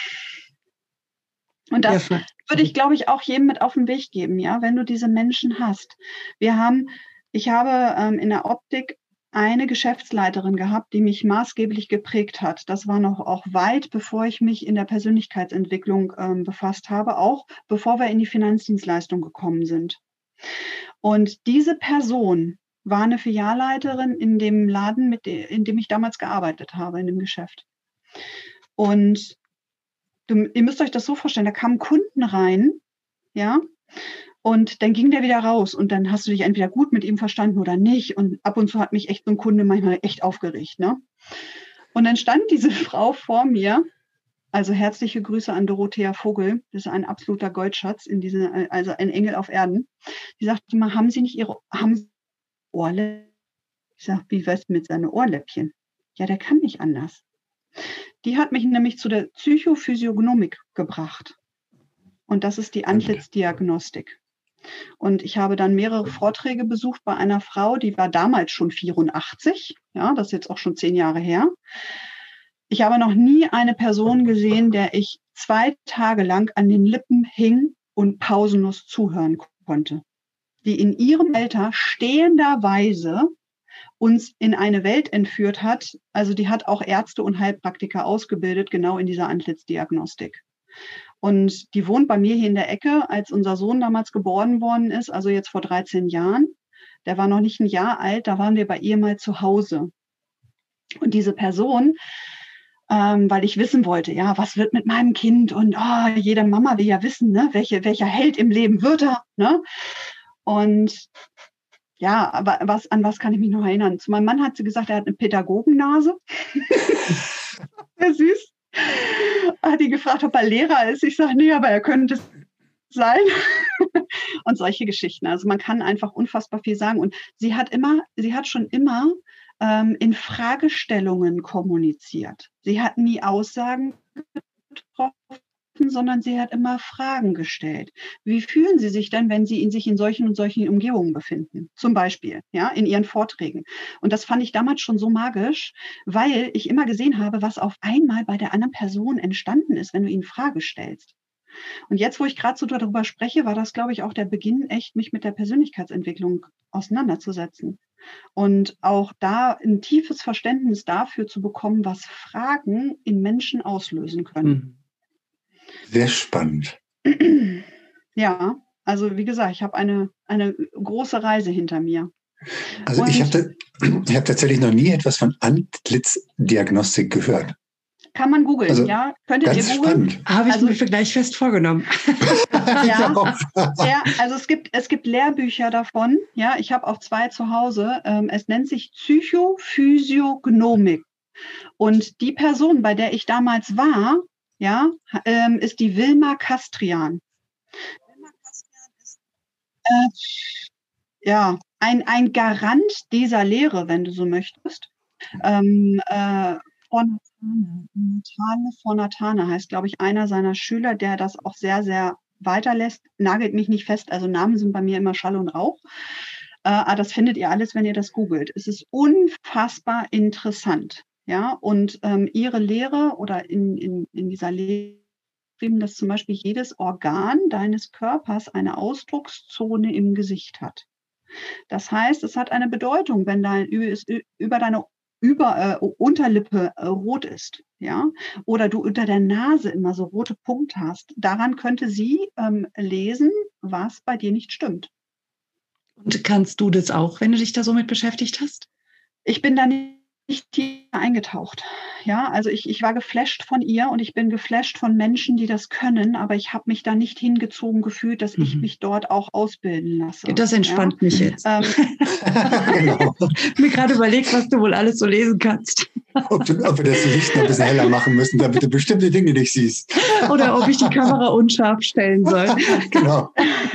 Und das würde ich, glaube ich, auch jedem mit auf den Weg geben, ja, wenn du diese Menschen hast. Ich habe in der Optik eine Geschäftsleiterin gehabt, die mich maßgeblich geprägt hat. Das war noch auch weit, bevor ich mich in der Persönlichkeitsentwicklung befasst habe, auch bevor wir in die Finanzdienstleistung gekommen sind. Und diese Person war eine Filialleiterin in dem Laden, in dem ich damals gearbeitet habe, in dem Geschäft. Und ihr müsst euch das so vorstellen, da kamen Kunden rein, ja, und dann ging der wieder raus und dann hast du dich entweder gut mit ihm verstanden oder nicht. Und ab und zu hat mich echt so ein Kunde manchmal echt aufgeregt, ne? Und dann stand diese Frau vor mir, also herzliche Grüße an Dorothea Vogel, das ist ein absoluter Goldschatz, also ein Engel auf Erden. Die sagte mal, haben Sie Ohrläppchen? Ich sage, wie wär's mit seinen Ohrläppchen? Ja, der kann nicht anders. Die hat mich nämlich zu der Psychophysiognomik gebracht. Und das ist die Antlitzdiagnostik. Und ich habe dann mehrere Vorträge besucht bei einer Frau, die war damals schon 84. Ja, das ist jetzt auch schon 10 Jahre her. Ich habe noch nie eine Person gesehen, der ich 2 Tage lang an den Lippen hing und pausenlos zuhören konnte. Die in ihrem Alter stehenderweise uns in eine Welt entführt hat. Also die hat auch Ärzte und Heilpraktiker ausgebildet, genau in dieser Antlitzdiagnostik. Und die wohnt bei mir hier in der Ecke, als unser Sohn damals geboren worden ist, also jetzt vor 13 Jahren. Der war noch nicht ein Jahr alt, da waren wir bei ihr mal zu Hause. Und diese Person, weil ich wissen wollte, ja, was wird mit meinem Kind? Und jede Mama will ja wissen, ne, welcher Held im Leben wird er, ne? Und ja, aber an was kann ich mich noch erinnern? Zu meinem Mann hat sie gesagt, er hat eine Pädagogennase. Sehr süß. Hat die gefragt, ob er Lehrer ist. Ich sage, nee, aber er könnte es sein. Und solche Geschichten. Also man kann einfach unfassbar viel sagen. Und sie hat schon immer in Fragestellungen kommuniziert. Sie hat nie Aussagen getroffen, sondern sie hat immer Fragen gestellt. Wie fühlen Sie sich denn, wenn Sie sich in solchen und solchen Umgebungen befinden? Zum Beispiel, ja, in Ihren Vorträgen. Und das fand ich damals schon so magisch, weil ich immer gesehen habe, was auf einmal bei der anderen Person entstanden ist, wenn du ihnen Frage stellst. Und jetzt, wo ich gerade so darüber spreche, war das, glaube ich, auch der Beginn, echt mich mit der Persönlichkeitsentwicklung auseinanderzusetzen. Und auch da ein tiefes Verständnis dafür zu bekommen, was Fragen in Menschen auslösen können.
Sehr spannend.
Ja, also wie gesagt, ich habe eine große Reise hinter mir.
Also ich habe tatsächlich noch nie etwas von Antlitzdiagnostik gehört.
Kann man googeln,
Also,
ja? Könntet ihr
ganz
googeln?
spannend.
Habe ich mir für gleich fest vorgenommen.
Ja, ja, also es gibt Lehrbücher davon. Ja, ich habe auch 2 zu Hause. Es nennt sich Psychophysiognomik. Und die Person, bei der ich damals war, ja, ist die Wilma Kastrian. Wilma Kastrian ist ja ein Garant dieser Lehre, wenn du so möchtest. Natale Fornatane heißt, glaube ich, einer seiner Schüler, der das auch sehr, sehr weiterlässt. Nagelt mich nicht fest, also Namen sind bei mir immer Schall und Rauch. Aber das findet ihr alles, wenn ihr das googelt. Es ist unfassbar interessant. Ja, und ihre Lehre oder in dieser Lehre geschrieben, dass zum Beispiel jedes Organ deines Körpers eine Ausdruckszone im Gesicht hat. Das heißt, es hat eine Bedeutung, wenn über deine Unterlippe rot ist, ja, oder du unter der Nase immer so rote Punkte hast. Daran könnte sie lesen, was bei dir nicht stimmt.
Und kannst du das auch, wenn du dich da so mit beschäftigt hast?
Ich bin da nicht tief eingetaucht. Ja, also ich war geflasht von ihr und ich bin geflasht von Menschen, die das können, aber ich habe mich da nicht hingezogen gefühlt, dass ich mich dort auch ausbilden lasse.
Das entspannt mich jetzt.
Genau.
Mir gerade überlegt, was du wohl alles so lesen kannst.
Ob wir das Licht noch ein bisschen heller machen müssen, damit du bestimmte Dinge nicht siehst.
Oder ob ich die Kamera unscharf stellen soll.
Genau.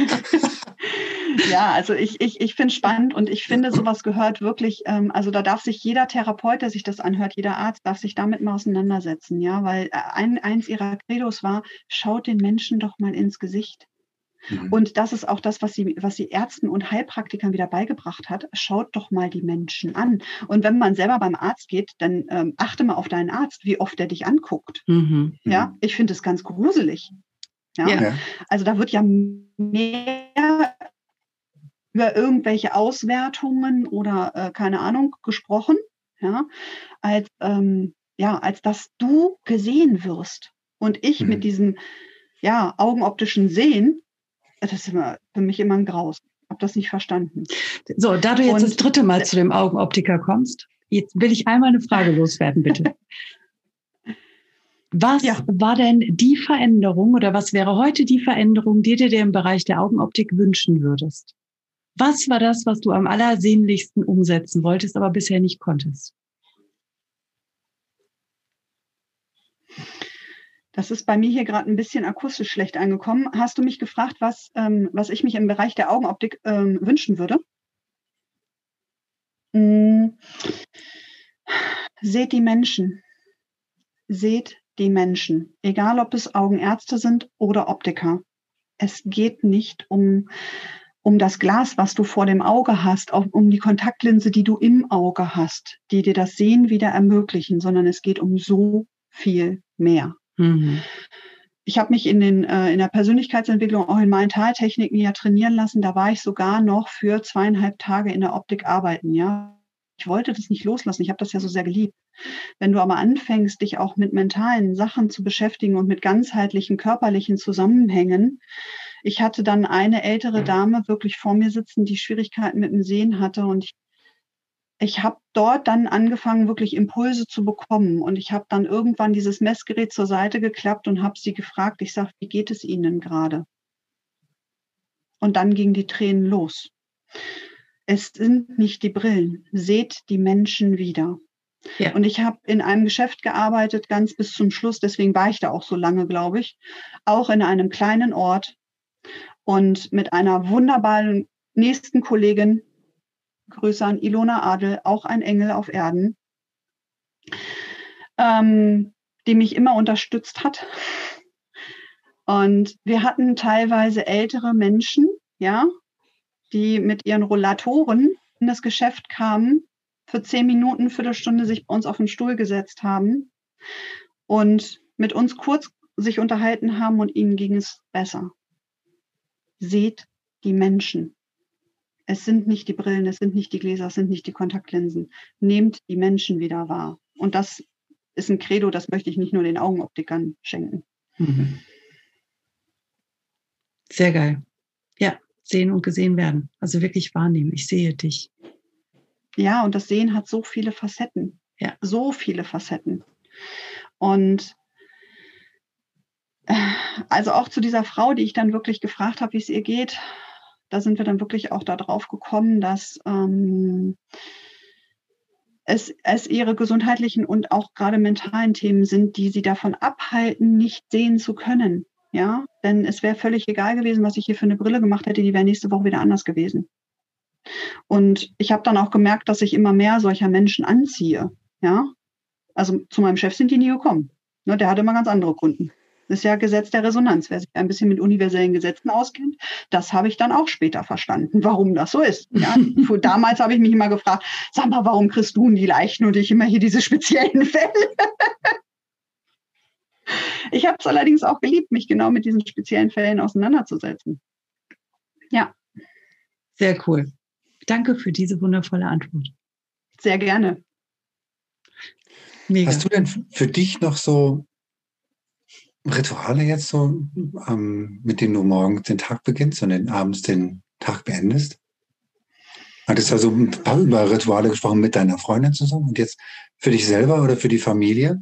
Ja, also ich finde es spannend und ich finde, sowas gehört wirklich, also da darf sich jeder Therapeut, der sich das anhört, jeder Arzt darf sich damit mal auseinandersetzen, ja, weil eins ihrer Credos war, schaut den Menschen doch mal ins Gesicht. Und das ist auch das, was sie Ärzten und Heilpraktikern wieder beigebracht hat. Schaut doch mal die Menschen an. Und wenn man selber beim Arzt geht, dann achte mal auf deinen Arzt, wie oft er dich anguckt. Ja, ich finde es ganz gruselig. Ja? Also da wird ja mehr über irgendwelche Auswertungen oder keine Ahnung gesprochen, ja, als dass du gesehen wirst. Und ich mit diesem augenoptischen Sehen, das ist für mich immer ein Graus. Ich habe das nicht verstanden.
So, da du jetzt das 3. Mal zu dem Augenoptiker kommst, jetzt will ich einmal eine Frage loswerden, bitte. Was war denn die Veränderung oder was wäre heute die Veränderung, die du dir im Bereich der Augenoptik wünschen würdest? Was war das, was du am allersehnlichsten umsetzen wolltest, aber bisher nicht konntest?
Das ist bei mir hier gerade ein bisschen akustisch schlecht angekommen. Hast du mich gefragt, was ich mich im Bereich der Augenoptik wünschen würde? Seht die Menschen. Seht die Menschen. Egal, ob es Augenärzte sind oder Optiker. Es geht nicht um das Glas, was du vor dem Auge hast, auch um die Kontaktlinse, die du im Auge hast, die dir das Sehen wieder ermöglichen, sondern es geht um so viel mehr. Ich habe mich in der Persönlichkeitsentwicklung auch in Mentaltechniken ja trainieren lassen. Da war ich sogar noch für 2,5 Tage in der Optik arbeiten. Ja, ich wollte das nicht loslassen. Ich habe das ja so sehr geliebt. Wenn du aber anfängst, dich auch mit mentalen Sachen zu beschäftigen und mit ganzheitlichen körperlichen Zusammenhängen. Ich hatte dann eine ältere Dame wirklich vor mir sitzen, die Schwierigkeiten mit dem Sehen hatte und ich habe dort dann angefangen, wirklich Impulse zu bekommen. Und ich habe dann irgendwann dieses Messgerät zur Seite geklappt und habe sie gefragt, ich sage, wie geht es Ihnen gerade? Und dann gingen die Tränen los. Es sind nicht die Brillen, seht die Menschen wieder. Ja. Und ich habe in einem Geschäft gearbeitet, ganz bis zum Schluss, deswegen war ich da auch so lange, glaube ich, auch in einem kleinen Ort und mit einer wunderbaren nächsten Kollegin, Grüße an Ilona Adel, auch ein Engel auf Erden, die mich immer unterstützt hat. Und wir hatten teilweise ältere Menschen, ja, die mit ihren Rollatoren in das Geschäft kamen, für 10 Minuten, Viertelstunde sich bei uns auf den Stuhl gesetzt haben und mit uns kurz sich unterhalten haben und ihnen ging es besser. Seht die Menschen. Es sind nicht die Brillen, es sind nicht die Gläser, es sind nicht die Kontaktlinsen. Nehmt die Menschen wieder wahr. Und das ist ein Credo, das möchte ich nicht nur den Augenoptikern schenken.
Sehr geil. Ja, sehen und gesehen werden. Also wirklich wahrnehmen. Ich sehe dich.
Ja, und das Sehen hat so viele Facetten.
Ja.
So viele Facetten. Und also auch zu dieser Frau, die ich dann wirklich gefragt habe, wie es ihr geht, da sind wir dann wirklich auch darauf gekommen, dass es ihre gesundheitlichen und auch gerade mentalen Themen sind, die sie davon abhalten, nicht sehen zu können. Ja, denn es wäre völlig egal gewesen, was ich hier für eine Brille gemacht hätte, die wäre nächste Woche wieder anders gewesen. Und ich habe dann auch gemerkt, dass ich immer mehr solcher Menschen anziehe. Ja, also zu meinem Chef sind die nie gekommen. Ne, der hatte immer ganz andere Kunden. Das ist ja Gesetz der Resonanz. Wer sich ein bisschen mit universellen Gesetzen auskennt, das habe ich dann auch später verstanden, warum das so ist. Ja, damals habe ich mich immer gefragt, sag mal, warum kriegst du die Leichen und ich immer hier diese speziellen Fälle? Ich habe es allerdings auch geliebt, mich genau mit diesen speziellen Fällen auseinanderzusetzen. Ja.
Sehr cool. Danke für diese wundervolle Antwort.
Sehr gerne.
Mega. Hast du denn für dich noch so Rituale jetzt so, mit denen du morgens den Tag beginnst und dann abends den Tag beendest? Hattest du also ein paar über Rituale gesprochen mit deiner Freundin zusammen und jetzt für dich selber oder für die Familie?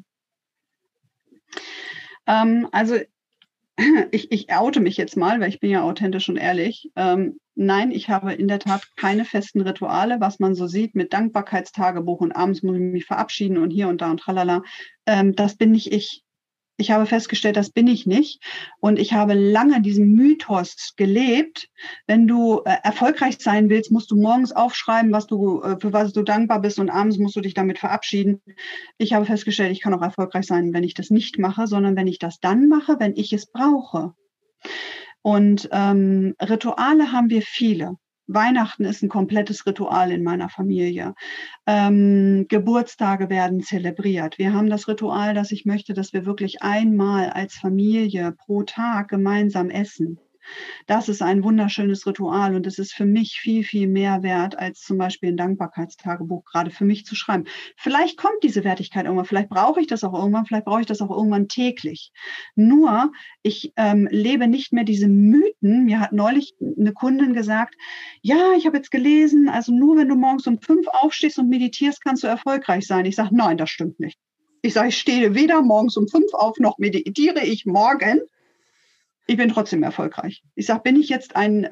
Also ich oute mich jetzt mal, weil ich bin ja authentisch und ehrlich. Nein, ich habe in der Tat keine festen Rituale, was man so sieht mit Dankbarkeitstagebuch und abends muss ich mich verabschieden und hier und da und tralala. Das bin nicht ich. Ich habe festgestellt, das bin ich nicht. Und ich habe lange diesen Mythos gelebt. Wenn du erfolgreich sein willst, musst du morgens aufschreiben, für was du dankbar bist und abends musst du dich damit verabschieden. Ich habe festgestellt, ich kann auch erfolgreich sein, wenn ich das nicht mache, sondern wenn ich das dann mache, wenn ich es brauche. Und Rituale haben wir viele. Weihnachten ist ein komplettes Ritual in meiner Familie. Geburtstage werden zelebriert. Wir haben das Ritual, dass ich möchte, dass wir wirklich einmal als Familie pro Tag gemeinsam essen. Das ist ein wunderschönes Ritual und es ist für mich viel, viel mehr wert, als zum Beispiel ein Dankbarkeitstagebuch gerade für mich zu schreiben. Vielleicht kommt diese Wertigkeit irgendwann, vielleicht brauche ich das auch irgendwann, vielleicht brauche ich das auch irgendwann täglich. Nur, ich lebe nicht mehr diese Mythen. Mir hat neulich eine Kundin gesagt, ja, ich habe jetzt gelesen, also nur wenn du morgens um 5 aufstehst und meditierst, kannst du erfolgreich sein. Ich sage, nein, das stimmt nicht. Ich sage, ich stehe weder morgens um 5 auf, noch meditiere ich morgen. Ich bin trotzdem erfolgreich. Ich sage, bin ich jetzt ein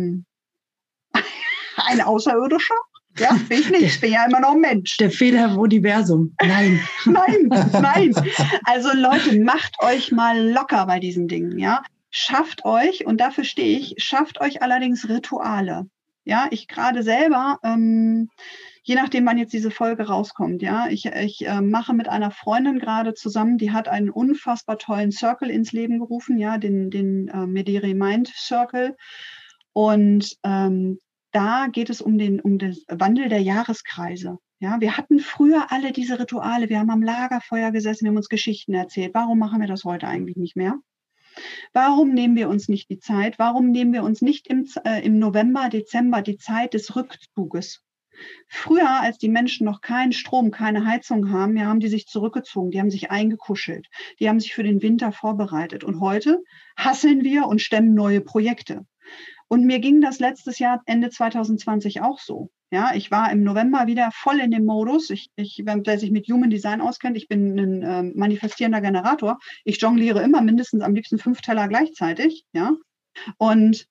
Außerirdischer? Ja, bin ich nicht. Ich bin ja immer noch ein Mensch.
Der Fehler im Universum. Nein.
Nein. Also Leute, macht euch mal locker bei diesen Dingen. Ja, schafft euch, und dafür stehe ich, schafft euch allerdings Rituale. Ja, ich gerade selber, je nachdem, wann jetzt diese Folge rauskommt, ja, ich mache mit einer Freundin gerade zusammen, die hat einen unfassbar tollen Circle ins Leben gerufen, ja, den Mederi Mind Circle. Und da geht es um den Wandel der Jahreskreise. Ja, wir hatten früher alle diese Rituale, wir haben am Lagerfeuer gesessen, wir haben uns Geschichten erzählt. Warum machen wir das heute eigentlich nicht mehr? Warum nehmen wir uns nicht die Zeit? Warum nehmen wir uns nicht im November, Dezember die Zeit des Rückzuges? Früher, als die Menschen noch keinen Strom, keine Heizung haben, ja, haben die sich zurückgezogen, die haben sich eingekuschelt, die haben sich für den Winter vorbereitet. Und heute hasseln wir und stemmen neue Projekte. Und mir ging das letztes Jahr, Ende 2020 auch so. Ja, ich war im November wieder voll in dem Modus. Wer sich mit Human Design auskennt, ich bin ein manifestierender Generator. Ich jongliere immer mindestens am liebsten 5 Teller gleichzeitig. Ja, und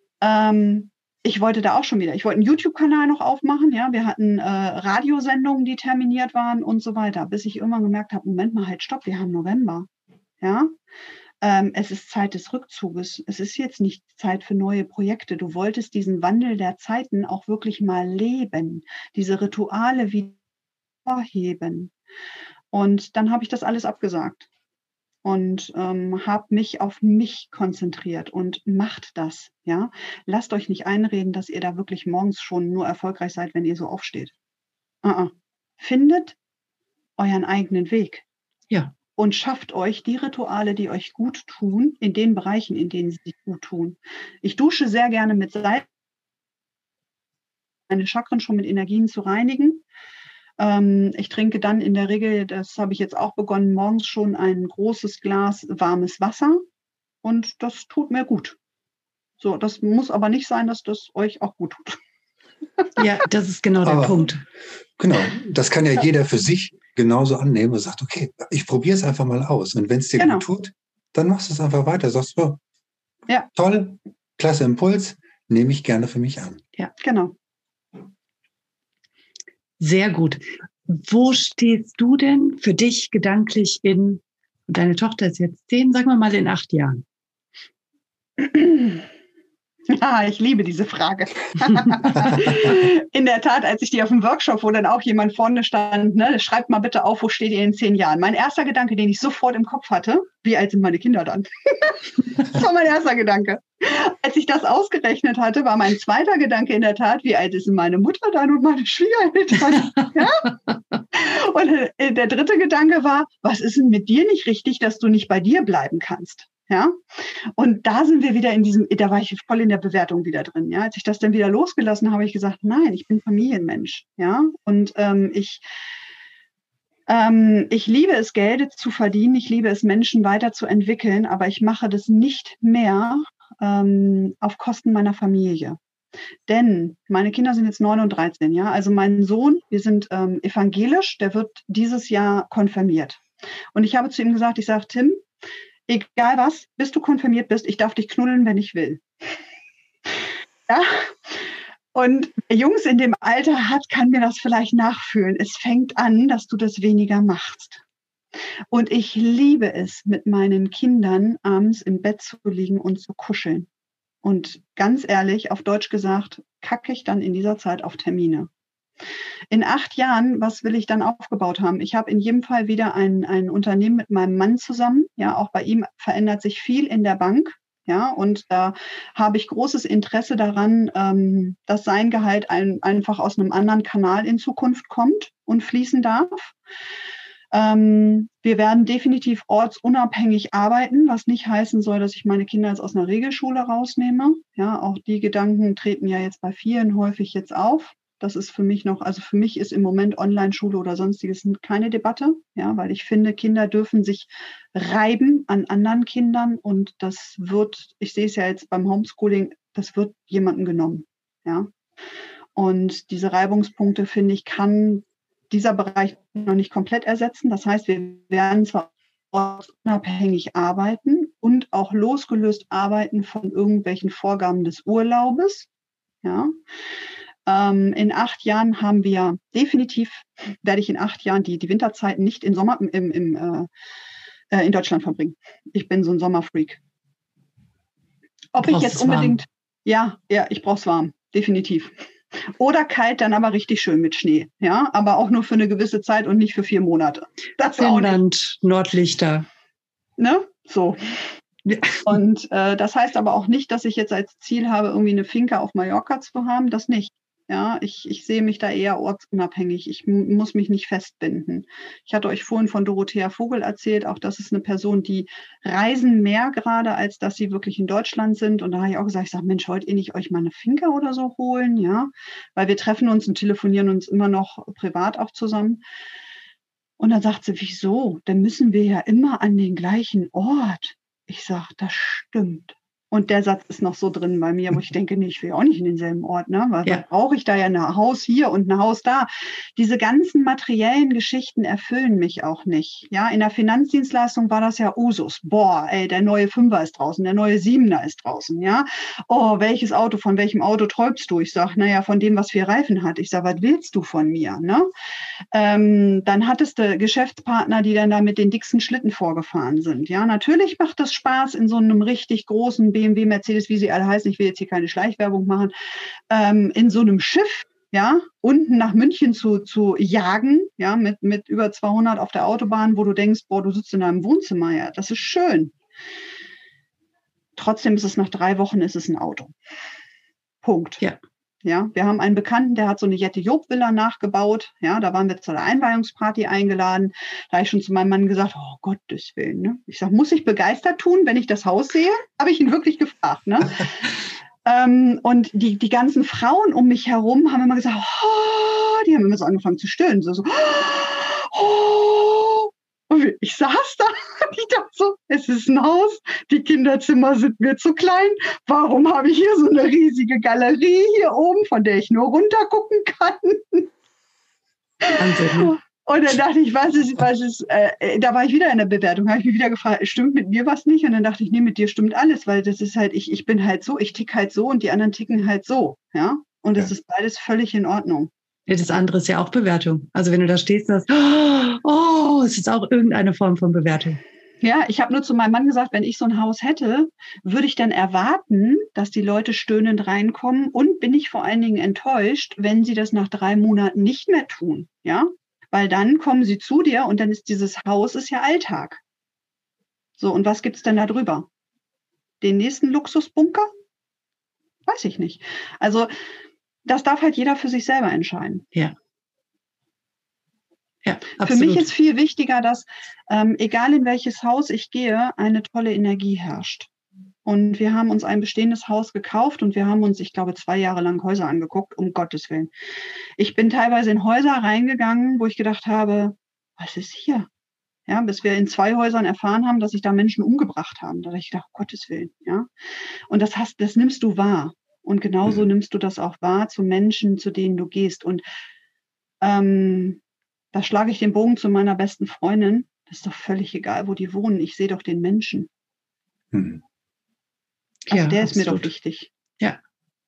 ich wollte da auch schon wieder. Ich wollte einen YouTube-Kanal noch aufmachen. Ja, wir hatten Radiosendungen, die terminiert waren und so weiter, bis ich irgendwann gemerkt habe: Moment mal, halt, stopp, wir haben November. Ja. Es ist Zeit des Rückzuges. Es ist jetzt nicht Zeit für neue Projekte. Du wolltest diesen Wandel der Zeiten auch wirklich mal leben, diese Rituale wieder hervorheben. Und dann habe ich das alles abgesagt und habe mich auf mich konzentriert und macht das. Ja? Lasst euch nicht einreden, dass ihr da wirklich morgens schon nur erfolgreich seid, wenn ihr so aufsteht. Findet euren eigenen Weg.
Ja.
Und schafft euch die Rituale, die euch gut tun, in den Bereichen, in denen sie sich gut tun. Ich dusche sehr gerne mit Salz, meine Chakren schon mit Energien zu reinigen. Ich trinke dann in der Regel, das habe ich jetzt auch begonnen, morgens schon ein großes Glas warmes Wasser. Und das tut mir gut. So, das muss aber nicht sein, dass das euch auch gut tut.
Ja, das ist genau der Punkt.
Genau, das kann ja jeder für sich genauso annehmen und sagt, okay, ich probiere es einfach mal aus. Und wenn es dir gut tut, dann machst du es einfach weiter. Sagst du, ja, toll, klasse Impuls, nehme ich gerne für mich an.
Ja, genau.
Sehr gut. Wo stehst du denn für dich gedanklich deine Tochter ist jetzt 10, sagen wir mal in 8 Jahren?
Ja, ich liebe diese Frage. In der Tat, als ich die auf dem Workshop, wo dann auch jemand vorne stand, ne, schreibt mal bitte auf, wo steht ihr in 10 Jahren? Mein erster Gedanke, den ich sofort im Kopf hatte, wie alt sind meine Kinder dann? Das war mein erster Gedanke. Als ich das ausgerechnet hatte, war mein zweiter Gedanke in der Tat, wie alt ist meine Mutter dann und meine Schwiegereltern? Ja? Und der dritte Gedanke war, was ist denn mit dir nicht richtig, dass du nicht bei dir bleiben kannst? Ja, und da sind wir wieder da war ich voll in der Bewertung wieder drin. Ja, als ich das dann wieder losgelassen habe, ich gesagt, nein, ich bin Familienmensch. Ja, und ich liebe es, Geld zu verdienen. Ich liebe es, Menschen weiterzuentwickeln, aber ich mache das nicht mehr auf Kosten meiner Familie. Denn meine Kinder sind jetzt 9 und 13. Ja, also mein Sohn, wir sind evangelisch, der wird dieses Jahr konfirmiert. Und ich habe zu ihm gesagt, ich sage, Tim, egal was, bis du konfirmiert bist, ich darf dich knuddeln, wenn ich will. Ja? Und wer Jungs in dem Alter hat, kann mir das vielleicht nachfühlen. Es fängt an, dass du das weniger machst. Und ich liebe es, mit meinen Kindern abends im Bett zu liegen und zu kuscheln. Und ganz ehrlich, auf Deutsch gesagt, kacke ich dann in dieser Zeit auf Termine. In 8 Jahren, was will ich dann aufgebaut haben? Ich habe in jedem Fall wieder ein Unternehmen mit meinem Mann zusammen. Ja, auch bei ihm verändert sich viel in der Bank. Ja, und da habe ich großes Interesse daran, dass sein Gehalt einfach aus einem anderen Kanal in Zukunft kommt und fließen darf. Wir werden definitiv ortsunabhängig arbeiten, was nicht heißen soll, dass ich meine Kinder jetzt aus einer Regelschule rausnehme. Ja, auch die Gedanken treten ja jetzt bei vielen häufig jetzt auf. Das ist für mich für mich ist im Moment Online-Schule oder sonstiges keine Debatte, ja, weil ich finde, Kinder dürfen sich reiben an anderen Kindern und ich sehe es ja jetzt beim Homeschooling, das wird jemandem genommen, ja. Und diese Reibungspunkte, finde ich, kann dieser Bereich noch nicht komplett ersetzen. Das heißt, wir werden zwar ortsunabhängig arbeiten und auch losgelöst arbeiten von irgendwelchen Vorgaben des Urlaubes, ja. In 8 Jahren werde ich in 8 Jahren die Winterzeiten nicht in Deutschland verbringen. Ich bin so ein Sommerfreak. Ob ich jetzt unbedingt, warm. Ja, ich brauche es warm, definitiv. Oder kalt, dann aber richtig schön mit Schnee. Ja, aber auch nur für eine gewisse Zeit und nicht für 4 Monate.
Finnland, Nordlichter.
Ne? So. Ja. Und das heißt aber auch nicht, dass ich jetzt als Ziel habe, irgendwie eine Finca auf Mallorca zu haben. Das nicht. Ja, ich sehe mich da eher ortsunabhängig. Ich muss mich nicht festbinden. Ich hatte euch vorhin von Dorothea Vogel erzählt. Auch das ist eine Person, die reisen mehr gerade, als dass sie wirklich in Deutschland sind. Und da habe ich auch gesagt, Mensch, wollt ihr nicht euch mal eine Finca oder so holen? Ja, weil wir treffen uns und telefonieren uns immer noch privat auch zusammen. Und dann sagt sie, wieso? Dann müssen wir ja immer an den gleichen Ort. Ich sage, das stimmt. Und der Satz ist noch so drin bei mir, wo ich denke, nee, ich will auch nicht in denselben Ort, ne? Weil was brauche ich da ja ein Haus hier und ein Haus da? Diese ganzen materiellen Geschichten erfüllen mich auch nicht. Ja, in der Finanzdienstleistung war das ja Usus. Boah, ey, der neue 5er ist draußen, der neue 7er ist draußen, ja. Oh, von welchem Auto träumst du? Ich sage, naja, von dem, was 4 Reifen hat. Ich sage, was willst du von mir, ne? Dann hattest du Geschäftspartner, die dann da mit den dicksten Schlitten vorgefahren sind. Ja, natürlich macht das Spaß in so einem richtig großen BMW, Mercedes, wie sie alle heißen, ich will jetzt hier keine Schleichwerbung machen, in so einem Schiff, ja, unten nach München zu jagen, ja, mit über 200 auf der Autobahn, wo du denkst, boah, du sitzt in deinem Wohnzimmer, ja, das ist schön. Trotzdem ist es nach 3 Wochen ein Auto. Punkt. Ja. Ja, wir haben einen Bekannten, der hat so eine Jette-Job-Villa nachgebaut. Ja, da waren wir zu der Einweihungsparty eingeladen. Da habe ich schon zu meinem Mann gesagt, oh Gottes Willen. Ne? Ich sage, muss ich begeistert tun, wenn ich das Haus sehe? Habe ich ihn wirklich gefragt. Ne? Und die ganzen Frauen um mich herum haben immer gesagt, oh, die haben immer so angefangen zu stöhnen. So, oh. Und ich saß da und ich dachte so, es ist ein Haus, die Kinderzimmer sind mir zu klein. Warum habe ich hier so eine riesige Galerie hier oben, von der ich nur runter gucken kann?
Wahnsinn.
Und dann dachte ich, da war ich wieder in der Bewertung, habe ich mich wieder gefragt, stimmt mit mir was nicht? Und dann dachte ich, nee, mit dir stimmt alles, weil das ist halt, ich bin halt so, ich tick halt so und die anderen ticken halt so, ja. Und das ist beides völlig in Ordnung.
Ja, das andere ist ja auch Bewertung. Also wenn du da stehst und sagst, es ist auch irgendeine Form von Bewertung.
Ja, ich habe nur zu meinem Mann gesagt, wenn ich so ein Haus hätte, würde ich dann erwarten, dass die Leute stöhnend reinkommen und bin ich vor allen Dingen enttäuscht, wenn sie das nach 3 Monaten nicht mehr tun, ja? Weil dann kommen sie zu dir und dann ist dieses Haus ist ja Alltag. So, und was gibt's denn da drüber? Den nächsten Luxusbunker? Weiß ich nicht. Also, das darf halt jeder für sich selber entscheiden.
Ja. Ja, absolut.
Für mich ist viel wichtiger, dass, egal in welches Haus ich gehe, eine tolle Energie herrscht. Und wir haben uns ein bestehendes Haus gekauft und wir haben uns, ich glaube, 2 Jahre lang Häuser angeguckt, um Gottes Willen. Ich bin teilweise in Häuser reingegangen, wo ich gedacht habe, was ist hier? Ja, bis wir in 2 Häusern erfahren haben, dass sich da Menschen umgebracht haben. Da habe ich gedacht, um Gottes Willen, ja. Und das nimmst du wahr. Und genauso nimmst du das auch wahr zu Menschen, zu denen du gehst. Und da schlage ich den Bogen zu meiner besten Freundin. Das ist doch völlig egal, wo die wohnen. Ich sehe doch den Menschen.
Mhm.
Also
ja,
der ist
absolut.
mir doch wichtig.
Ja.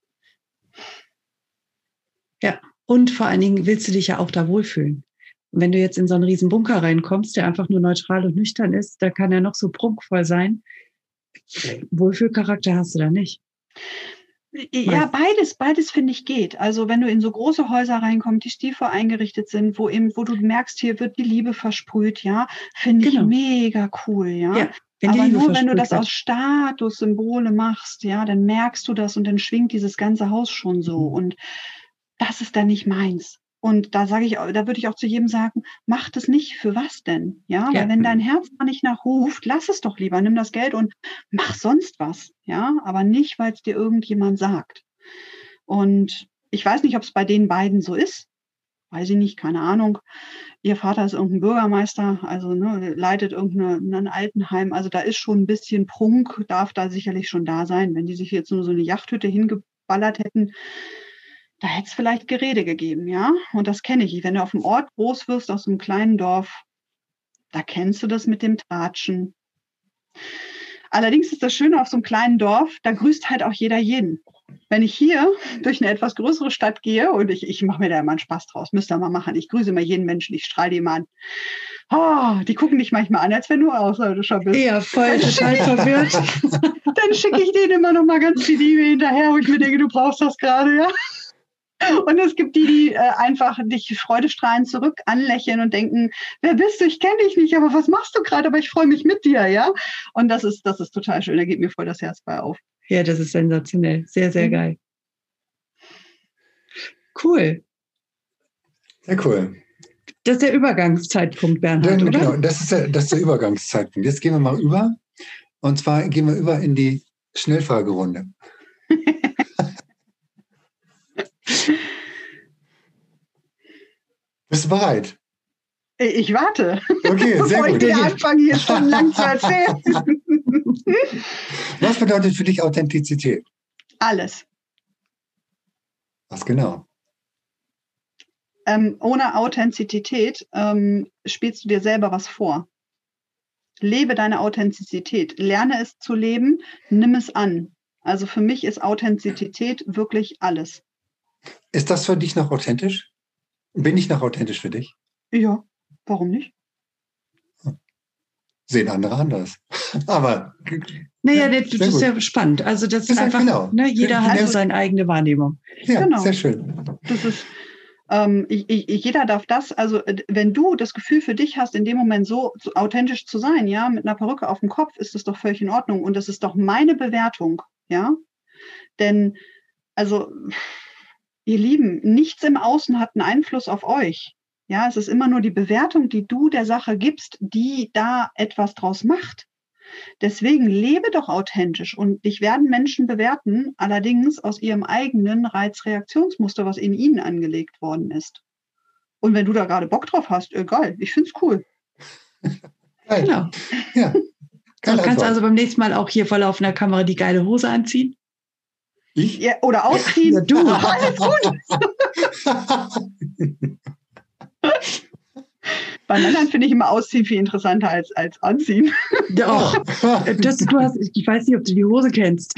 Ja, und vor allen Dingen willst du dich ja auch da wohlfühlen. Und wenn du jetzt in so einen riesen Bunker reinkommst, der einfach nur neutral und nüchtern ist, da kann er noch so prunkvoll sein. Wohlfühlcharakter hast du da nicht.
Ja, beides finde ich geht. Also wenn du in so große Häuser reinkommst, die stilvoll eingerichtet sind, wo du merkst, hier wird die Liebe versprüht, ja, finde ich mega cool, ja. Aber nur wenn du das aus Statussymbole machst, ja, dann merkst du das und dann schwingt dieses ganze Haus schon so. Und das ist dann nicht meins. Und da würde ich auch zu jedem sagen, mach das nicht, für was denn? Ja, weil wenn dein Herz da nicht nachruft, lass es doch lieber, nimm das Geld und mach sonst was. Ja, aber nicht, weil es dir irgendjemand sagt. Und ich weiß nicht, ob es bei den beiden so ist. Weiß ich nicht, keine Ahnung. Ihr Vater ist irgendein Bürgermeister, also leitet irgendein Altenheim. Also da ist schon ein bisschen Prunk, darf da sicherlich schon da sein. Wenn die sich jetzt nur so eine Yachthütte hingeballert hätten, da hätte es vielleicht Gerede gegeben, ja. Und das kenne ich. Wenn du auf dem Ort groß wirst, aus einem kleinen Dorf, da kennst du das mit dem Tratschen. Allerdings ist das Schöne auf so einem kleinen Dorf, da grüßt halt auch jeder jeden. Wenn ich hier durch eine etwas größere Stadt gehe, und ich mache mir da immer einen Spaß draus, müsst ihr mal machen, ich grüße immer jeden Menschen, ich strahle die immer an. Oh, die gucken dich manchmal an, als wenn du Außerirdischer bist.
Ja, voll total verwirrt.
Dann schicke ich denen immer noch mal ganz viel Liebe hinterher, wo ich mir denke, du brauchst das gerade, ja. Und es gibt die einfach dich freudestrahlend zurück anlächeln und denken, wer bist du? Ich kenne dich nicht, aber was machst du gerade? Aber ich freue mich mit dir, ja? Und das ist total schön. Da geht mir voll das Herz bei auf.
Ja, das ist sensationell. Sehr, sehr geil. Cool.
Sehr cool.
Das ist der Übergangszeitpunkt, Bernhard, oder?
Genau, das ist der Übergangszeitpunkt. Jetzt gehen wir mal über. Und zwar gehen wir über in die Schnellfragerunde. Bist du bereit?
Ich warte.
Okay, sehr gut.
Ich anfange hier stundenlang zu erzählen.
Was bedeutet für dich Authentizität?
Alles.
Was genau?
Ohne Authentizität spielst du dir selber was vor. Lebe deine Authentizität. Lerne es zu leben, nimm es an. Also für mich ist Authentizität wirklich alles.
Ist das für dich noch authentisch? Bin ich noch authentisch für dich?
Ja, warum nicht?
Sehen andere anders. Aber.
Naja, das ist ja spannend. Also das ist einfach,
genau.
Jeder hat so seine eigene Wahrnehmung.
Ja,
genau.
Sehr schön.
Das ist, jeder darf das, also wenn du das Gefühl für dich hast, in dem Moment so authentisch zu sein, ja, mit einer Perücke auf dem Kopf, ist das doch völlig in Ordnung. Und das ist doch meine Bewertung, ja. Denn, also, ihr Lieben, nichts im Außen hat einen Einfluss auf euch. Ja, es ist immer nur die Bewertung, die du der Sache gibst, die da etwas draus macht. Deswegen lebe doch authentisch und dich werden Menschen bewerten, allerdings aus ihrem eigenen Reizreaktionsmuster, was in ihnen angelegt worden ist. Und wenn du da gerade Bock drauf hast, egal, ich finde es cool.
Geil.
Genau.
Ja.
Du kannst also beim nächsten Mal auch hier vor laufender Kamera die geile Hose anziehen.
Ich?
Ja, oder ausziehen.
Ja, du.
Alles gut. Bei Männern finde ich immer Ausziehen viel interessanter als Anziehen.
Doch, ich weiß nicht, ob du die Hose kennst.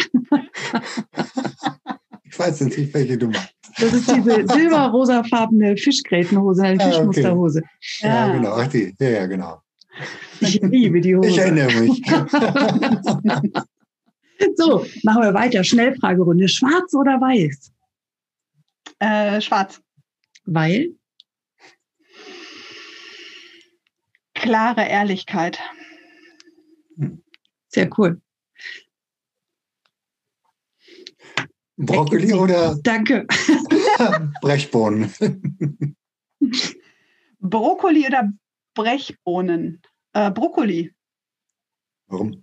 Ich weiß jetzt nicht, welche du machst.
Das ist diese silberrosafarbene Fischgrätenhose, eine Fischmusterhose.
Okay. Ja, genau. Ach, die. Ja, genau.
Ich liebe die Hose.
Ich erinnere mich.
So, machen wir weiter. Schnellfragerunde. Schwarz oder weiß?
Schwarz.
Weil?
Klare Ehrlichkeit.
Sehr cool.
Brokkoli oder
Danke.
Brechbohnen?
Brokkoli oder Brechbohnen? Brokkoli.
Warum?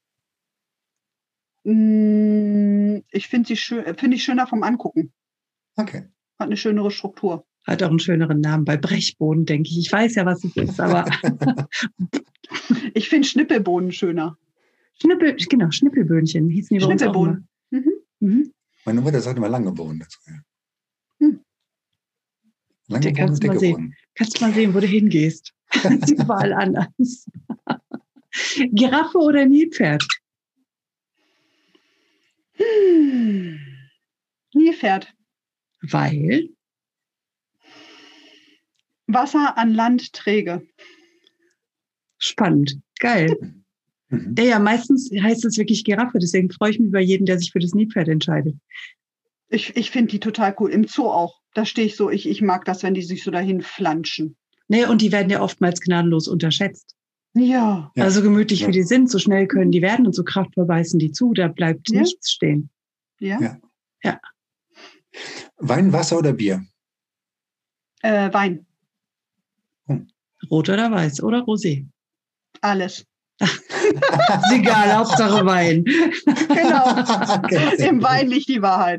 Ich finde ich schöner vom Angucken.
Okay.
Hat eine schönere Struktur.
Hat auch einen schöneren Namen bei Brechbohnen, denke ich. Ich weiß ja, was es ist, aber
Ich finde Schnippelbohnen schöner.
Schnippelböhnchen hießen die bei uns auch immer.
Mhm.
Meine Mutter sagt immer lange Bohnen dazu. Ja. Lange Bohnen
Kannst
und dicke
du
Bohnen.
mal sehen, wo du hingehst. Das ist überall anders. Giraffe oder Nilpferd?
Nilpferd.
Weil?
Wasser an Land träge.
Spannend. Geil. Ja, meistens heißt es wirklich Giraffe. Deswegen freue ich mich über jeden, der sich für das Nilpferd entscheidet.
Ich finde die total cool. Im Zoo auch. Da stehe ich so, ich mag das, wenn die sich so dahin flanschen.
Nee, und die werden ja oftmals gnadenlos unterschätzt.
Ja.
Also gemütlich wie die sind, so schnell können die werden und so kraftvoll beißen die zu, da bleibt nichts stehen.
Ja.
Wein, Wasser oder Bier?
Wein.
Rot oder weiß oder Rosé?
Alles.
Ist egal, Hauptsache Wein.
Genau. Im Wein liegt die Wahrheit.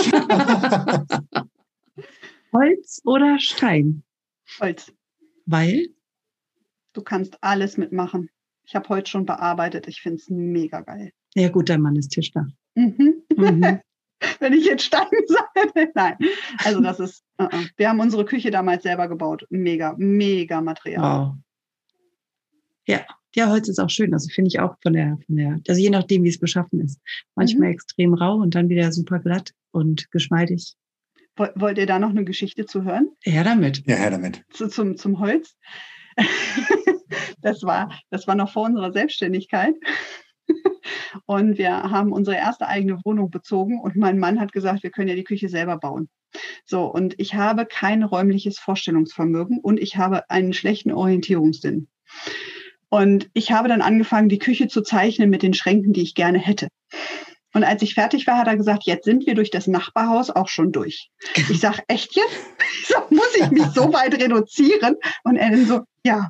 Holz oder Stein?
Holz.
Weil?
Du kannst alles mitmachen. Ich habe heute schon bearbeitet. Ich finde es mega geil.
Ja gut, dein Mann ist Tischler.
Mhm. Wenn ich jetzt Stein sage. Nein. Also das ist, wir haben unsere Küche damals selber gebaut. Mega, mega Material.
Wow. Ja, Holz ist auch schön. Also finde ich auch von der, also je nachdem, wie es beschaffen ist. Manchmal extrem rau und dann wieder super glatt und geschmeidig.
Wollt ihr da noch eine Geschichte zu hören?
Her damit.
Ja, her damit.
Zum Holz. Das war noch vor unserer Selbstständigkeit. Und wir haben unsere erste eigene Wohnung bezogen und mein Mann hat gesagt, wir können ja die Küche selber bauen. So, und ich habe kein räumliches Vorstellungsvermögen und ich habe einen schlechten Orientierungssinn. Und ich habe dann angefangen, die Küche zu zeichnen mit den Schränken, die ich gerne hätte. Und als ich fertig war, hat er gesagt, jetzt sind wir durch das Nachbarhaus auch schon durch. Ich sage, echt jetzt? Ich sag, muss ich mich so weit reduzieren? Und er dann so, ja.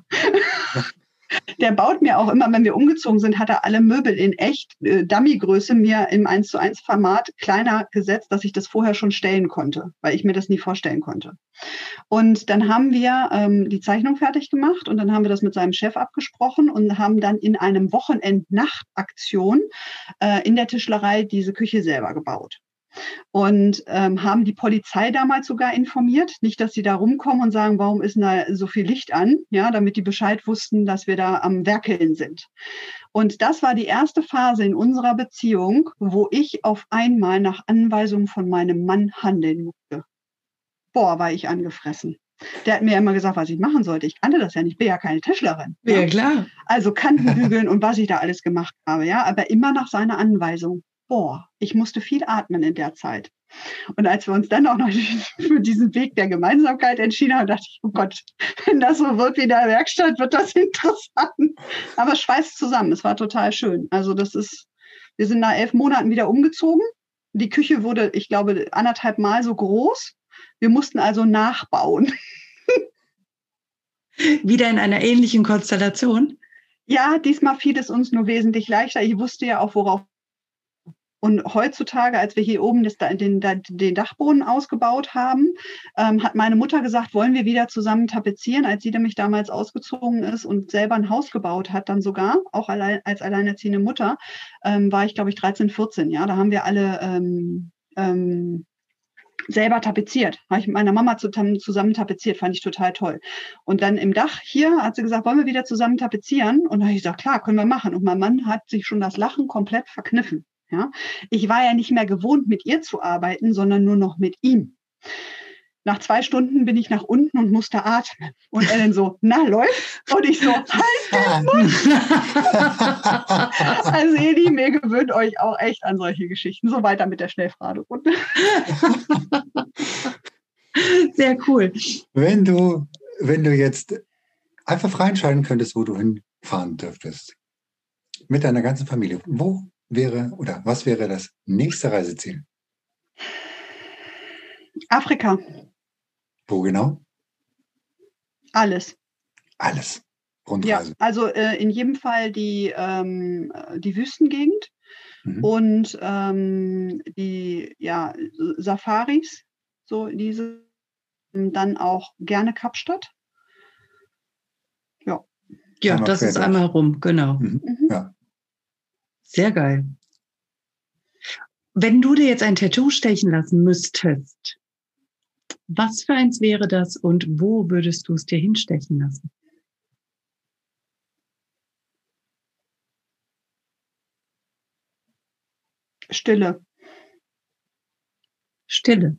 Der baut mir auch immer, wenn wir umgezogen sind, hat er alle Möbel in echt Dummy-Größe mir im 1:1 Format kleiner gesetzt, dass ich das vorher schon stellen konnte, weil ich mir das nie vorstellen konnte. Und dann haben wir die Zeichnung fertig gemacht und dann haben wir das mit seinem Chef abgesprochen und haben dann in einem Wochenend-Nacht-Aktion in der Tischlerei diese Küche selber gebaut. Und haben die Polizei damals sogar informiert, nicht, dass sie da rumkommen und sagen, warum ist denn da so viel Licht an, ja, damit die Bescheid wussten, dass wir da am Werkeln sind. Und das war die erste Phase in unserer Beziehung, wo ich auf einmal nach Anweisung von meinem Mann handeln musste. Boah, war ich angefressen. Der hat mir immer gesagt, was ich machen sollte. Ich kannte das ja nicht, ich bin ja keine Tischlerin.
Ja, ja klar.
Also Kantenbügeln und was ich da alles gemacht habe, ja, aber immer nach seiner Anweisung. Boah, ich musste viel atmen in der Zeit. Und als wir uns dann auch noch für diesen Weg der Gemeinsamkeit entschieden haben, dachte ich, oh Gott, wenn das so wird wie in der Werkstatt, wird das interessant. Aber es schweißt zusammen, es war total schön. Also wir sind nach 11 Monaten wieder umgezogen. Die Küche wurde, ich glaube, 1,5 Mal so groß. Wir mussten also nachbauen.
Wieder in einer ähnlichen Konstellation?
Ja, diesmal fiel es uns nur wesentlich leichter. Ich wusste ja auch, worauf. Und heutzutage, als wir hier oben den Dachboden ausgebaut haben, hat meine Mutter gesagt, wollen wir wieder zusammen tapezieren, als sie nämlich damals ausgezogen ist und selber ein Haus gebaut hat, dann sogar, auch als alleinerziehende Mutter, war ich, glaube ich, 13, 14. Ja, da haben wir alle selber tapeziert. Habe ich mit meiner Mama zusammen tapeziert, fand ich total toll. Und dann im Dach hier hat sie gesagt, wollen wir wieder zusammen tapezieren? Und da habe ich gesagt, klar, können wir machen. Und mein Mann hat sich schon das Lachen komplett verkniffen. Ja? Ich war ja nicht mehr gewohnt, mit ihr zu arbeiten, sondern nur noch mit ihm. Nach 2 Stunden bin ich nach unten und musste atmen. Und er dann so, na, läuft? Und ich so, halt den Mund. Also ihr Lieben, ihr gewöhnt euch auch echt an solche Geschichten. So weiter mit der Schnellfragerunde.
Sehr cool.
Wenn du jetzt einfach frei entscheiden könntest, wo du hinfahren dürftest, mit deiner ganzen Familie, was wäre das nächste Reiseziel?
Afrika.
Wo genau?
Alles.
Alles. Rundreise.
Ja, also in jedem Fall die Wüstengegend und die Safaris, so diese, dann auch gerne Kapstadt. Ja.
Ja, das ist einmal rum, genau.
Ja.
Sehr geil. Wenn du dir jetzt ein Tattoo stechen lassen müsstest, was für eins wäre das und wo würdest du es dir hinstechen lassen?
Stille.
Stille.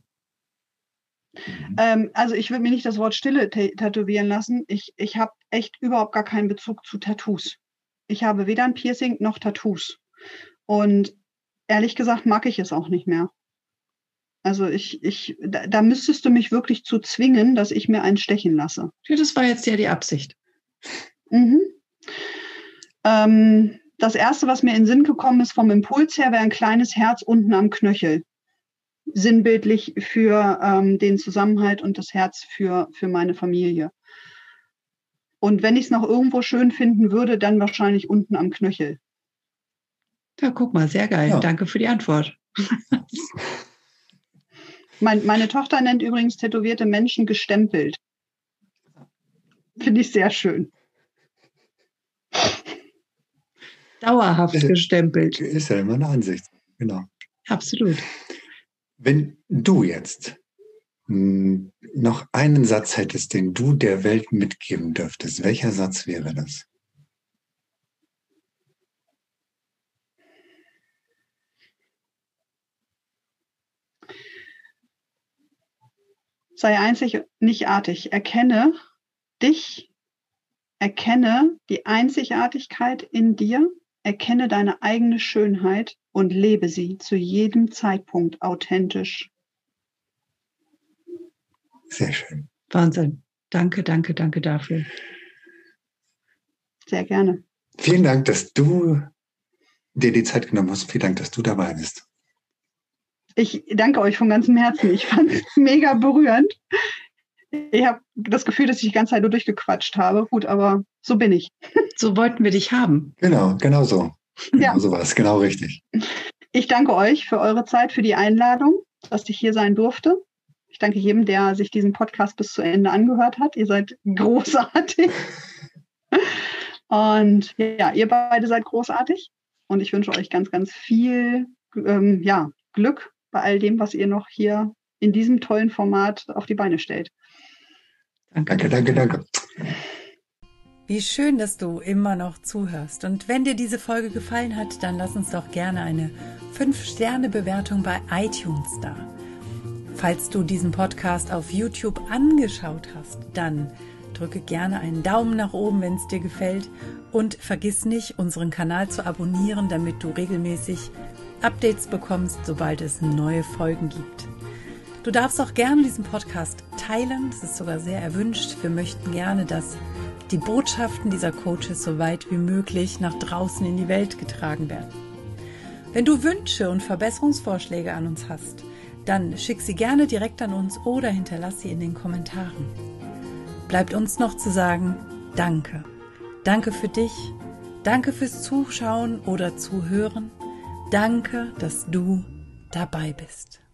Also ich würde mir nicht das Wort Stille tätowieren lassen. Ich habe echt überhaupt gar keinen Bezug zu Tattoos. Ich habe weder ein Piercing noch Tattoos. Und ehrlich gesagt mag ich es auch nicht mehr. Also da müsstest du mich wirklich zu zwingen, dass ich mir einen stechen lasse.
Ja, das war jetzt ja die Absicht.
Das Erste, was mir in den Sinn gekommen ist vom Impuls her, wäre ein kleines Herz unten am Knöchel. Sinnbildlich für den Zusammenhalt und das Herz für meine Familie. Und wenn ich es noch irgendwo schön finden würde, dann wahrscheinlich unten am Knöchel.
Ja, guck mal, sehr geil. Ja. Danke für die Antwort.
Meine Tochter nennt übrigens tätowierte Menschen gestempelt. Finde ich sehr schön.
Dauerhaft gestempelt.
Ist ja immer eine Ansicht, genau.
Absolut.
Wenn du jetzt noch einen Satz hättest, den du der Welt mitgeben dürftest, welcher Satz wäre das?
Sei einzigartig. Erkenne dich, erkenne die Einzigartigkeit in dir, erkenne deine eigene Schönheit und lebe sie zu jedem Zeitpunkt authentisch.
Sehr schön.
Wahnsinn. Danke dafür.
Sehr gerne.
Vielen Dank, dass du dir die Zeit genommen hast. Vielen Dank, dass du dabei bist.
Ich danke euch von ganzem Herzen. Ich fand es mega berührend. Ich habe das Gefühl, dass ich die ganze Zeit nur durchgequatscht habe. Gut, aber so bin ich.
So wollten wir dich haben.
Genau so.
Ja.
So war es, genau richtig.
Ich danke euch für eure Zeit, für die Einladung, dass ich hier sein durfte. Ich danke jedem, der sich diesen Podcast bis zu Ende angehört hat. Ihr seid großartig. Und ja, ihr beide seid großartig. Und ich wünsche euch ganz, ganz viel Glück bei all dem, was ihr noch hier in diesem tollen Format auf die Beine stellt.
Danke.
Wie schön, dass du immer noch zuhörst. Und wenn dir diese Folge gefallen hat, dann lass uns doch gerne eine 5-Sterne-Bewertung bei iTunes da. Falls du diesen Podcast auf YouTube angeschaut hast, dann drücke gerne einen Daumen nach oben, wenn es dir gefällt. Und vergiss nicht, unseren Kanal zu abonnieren, damit du regelmäßig Updates bekommst, sobald es neue Folgen gibt. Du darfst auch gerne diesen Podcast teilen, das ist sogar sehr erwünscht. Wir möchten gerne, dass die Botschaften dieser Coaches so weit wie möglich nach draußen in die Welt getragen werden. Wenn du Wünsche und Verbesserungsvorschläge an uns hast, dann schick sie gerne direkt an uns oder hinterlass sie in den Kommentaren. Bleibt uns noch zu sagen, danke. Danke für dich, danke fürs Zuschauen oder Zuhören. Danke, dass du dabei bist.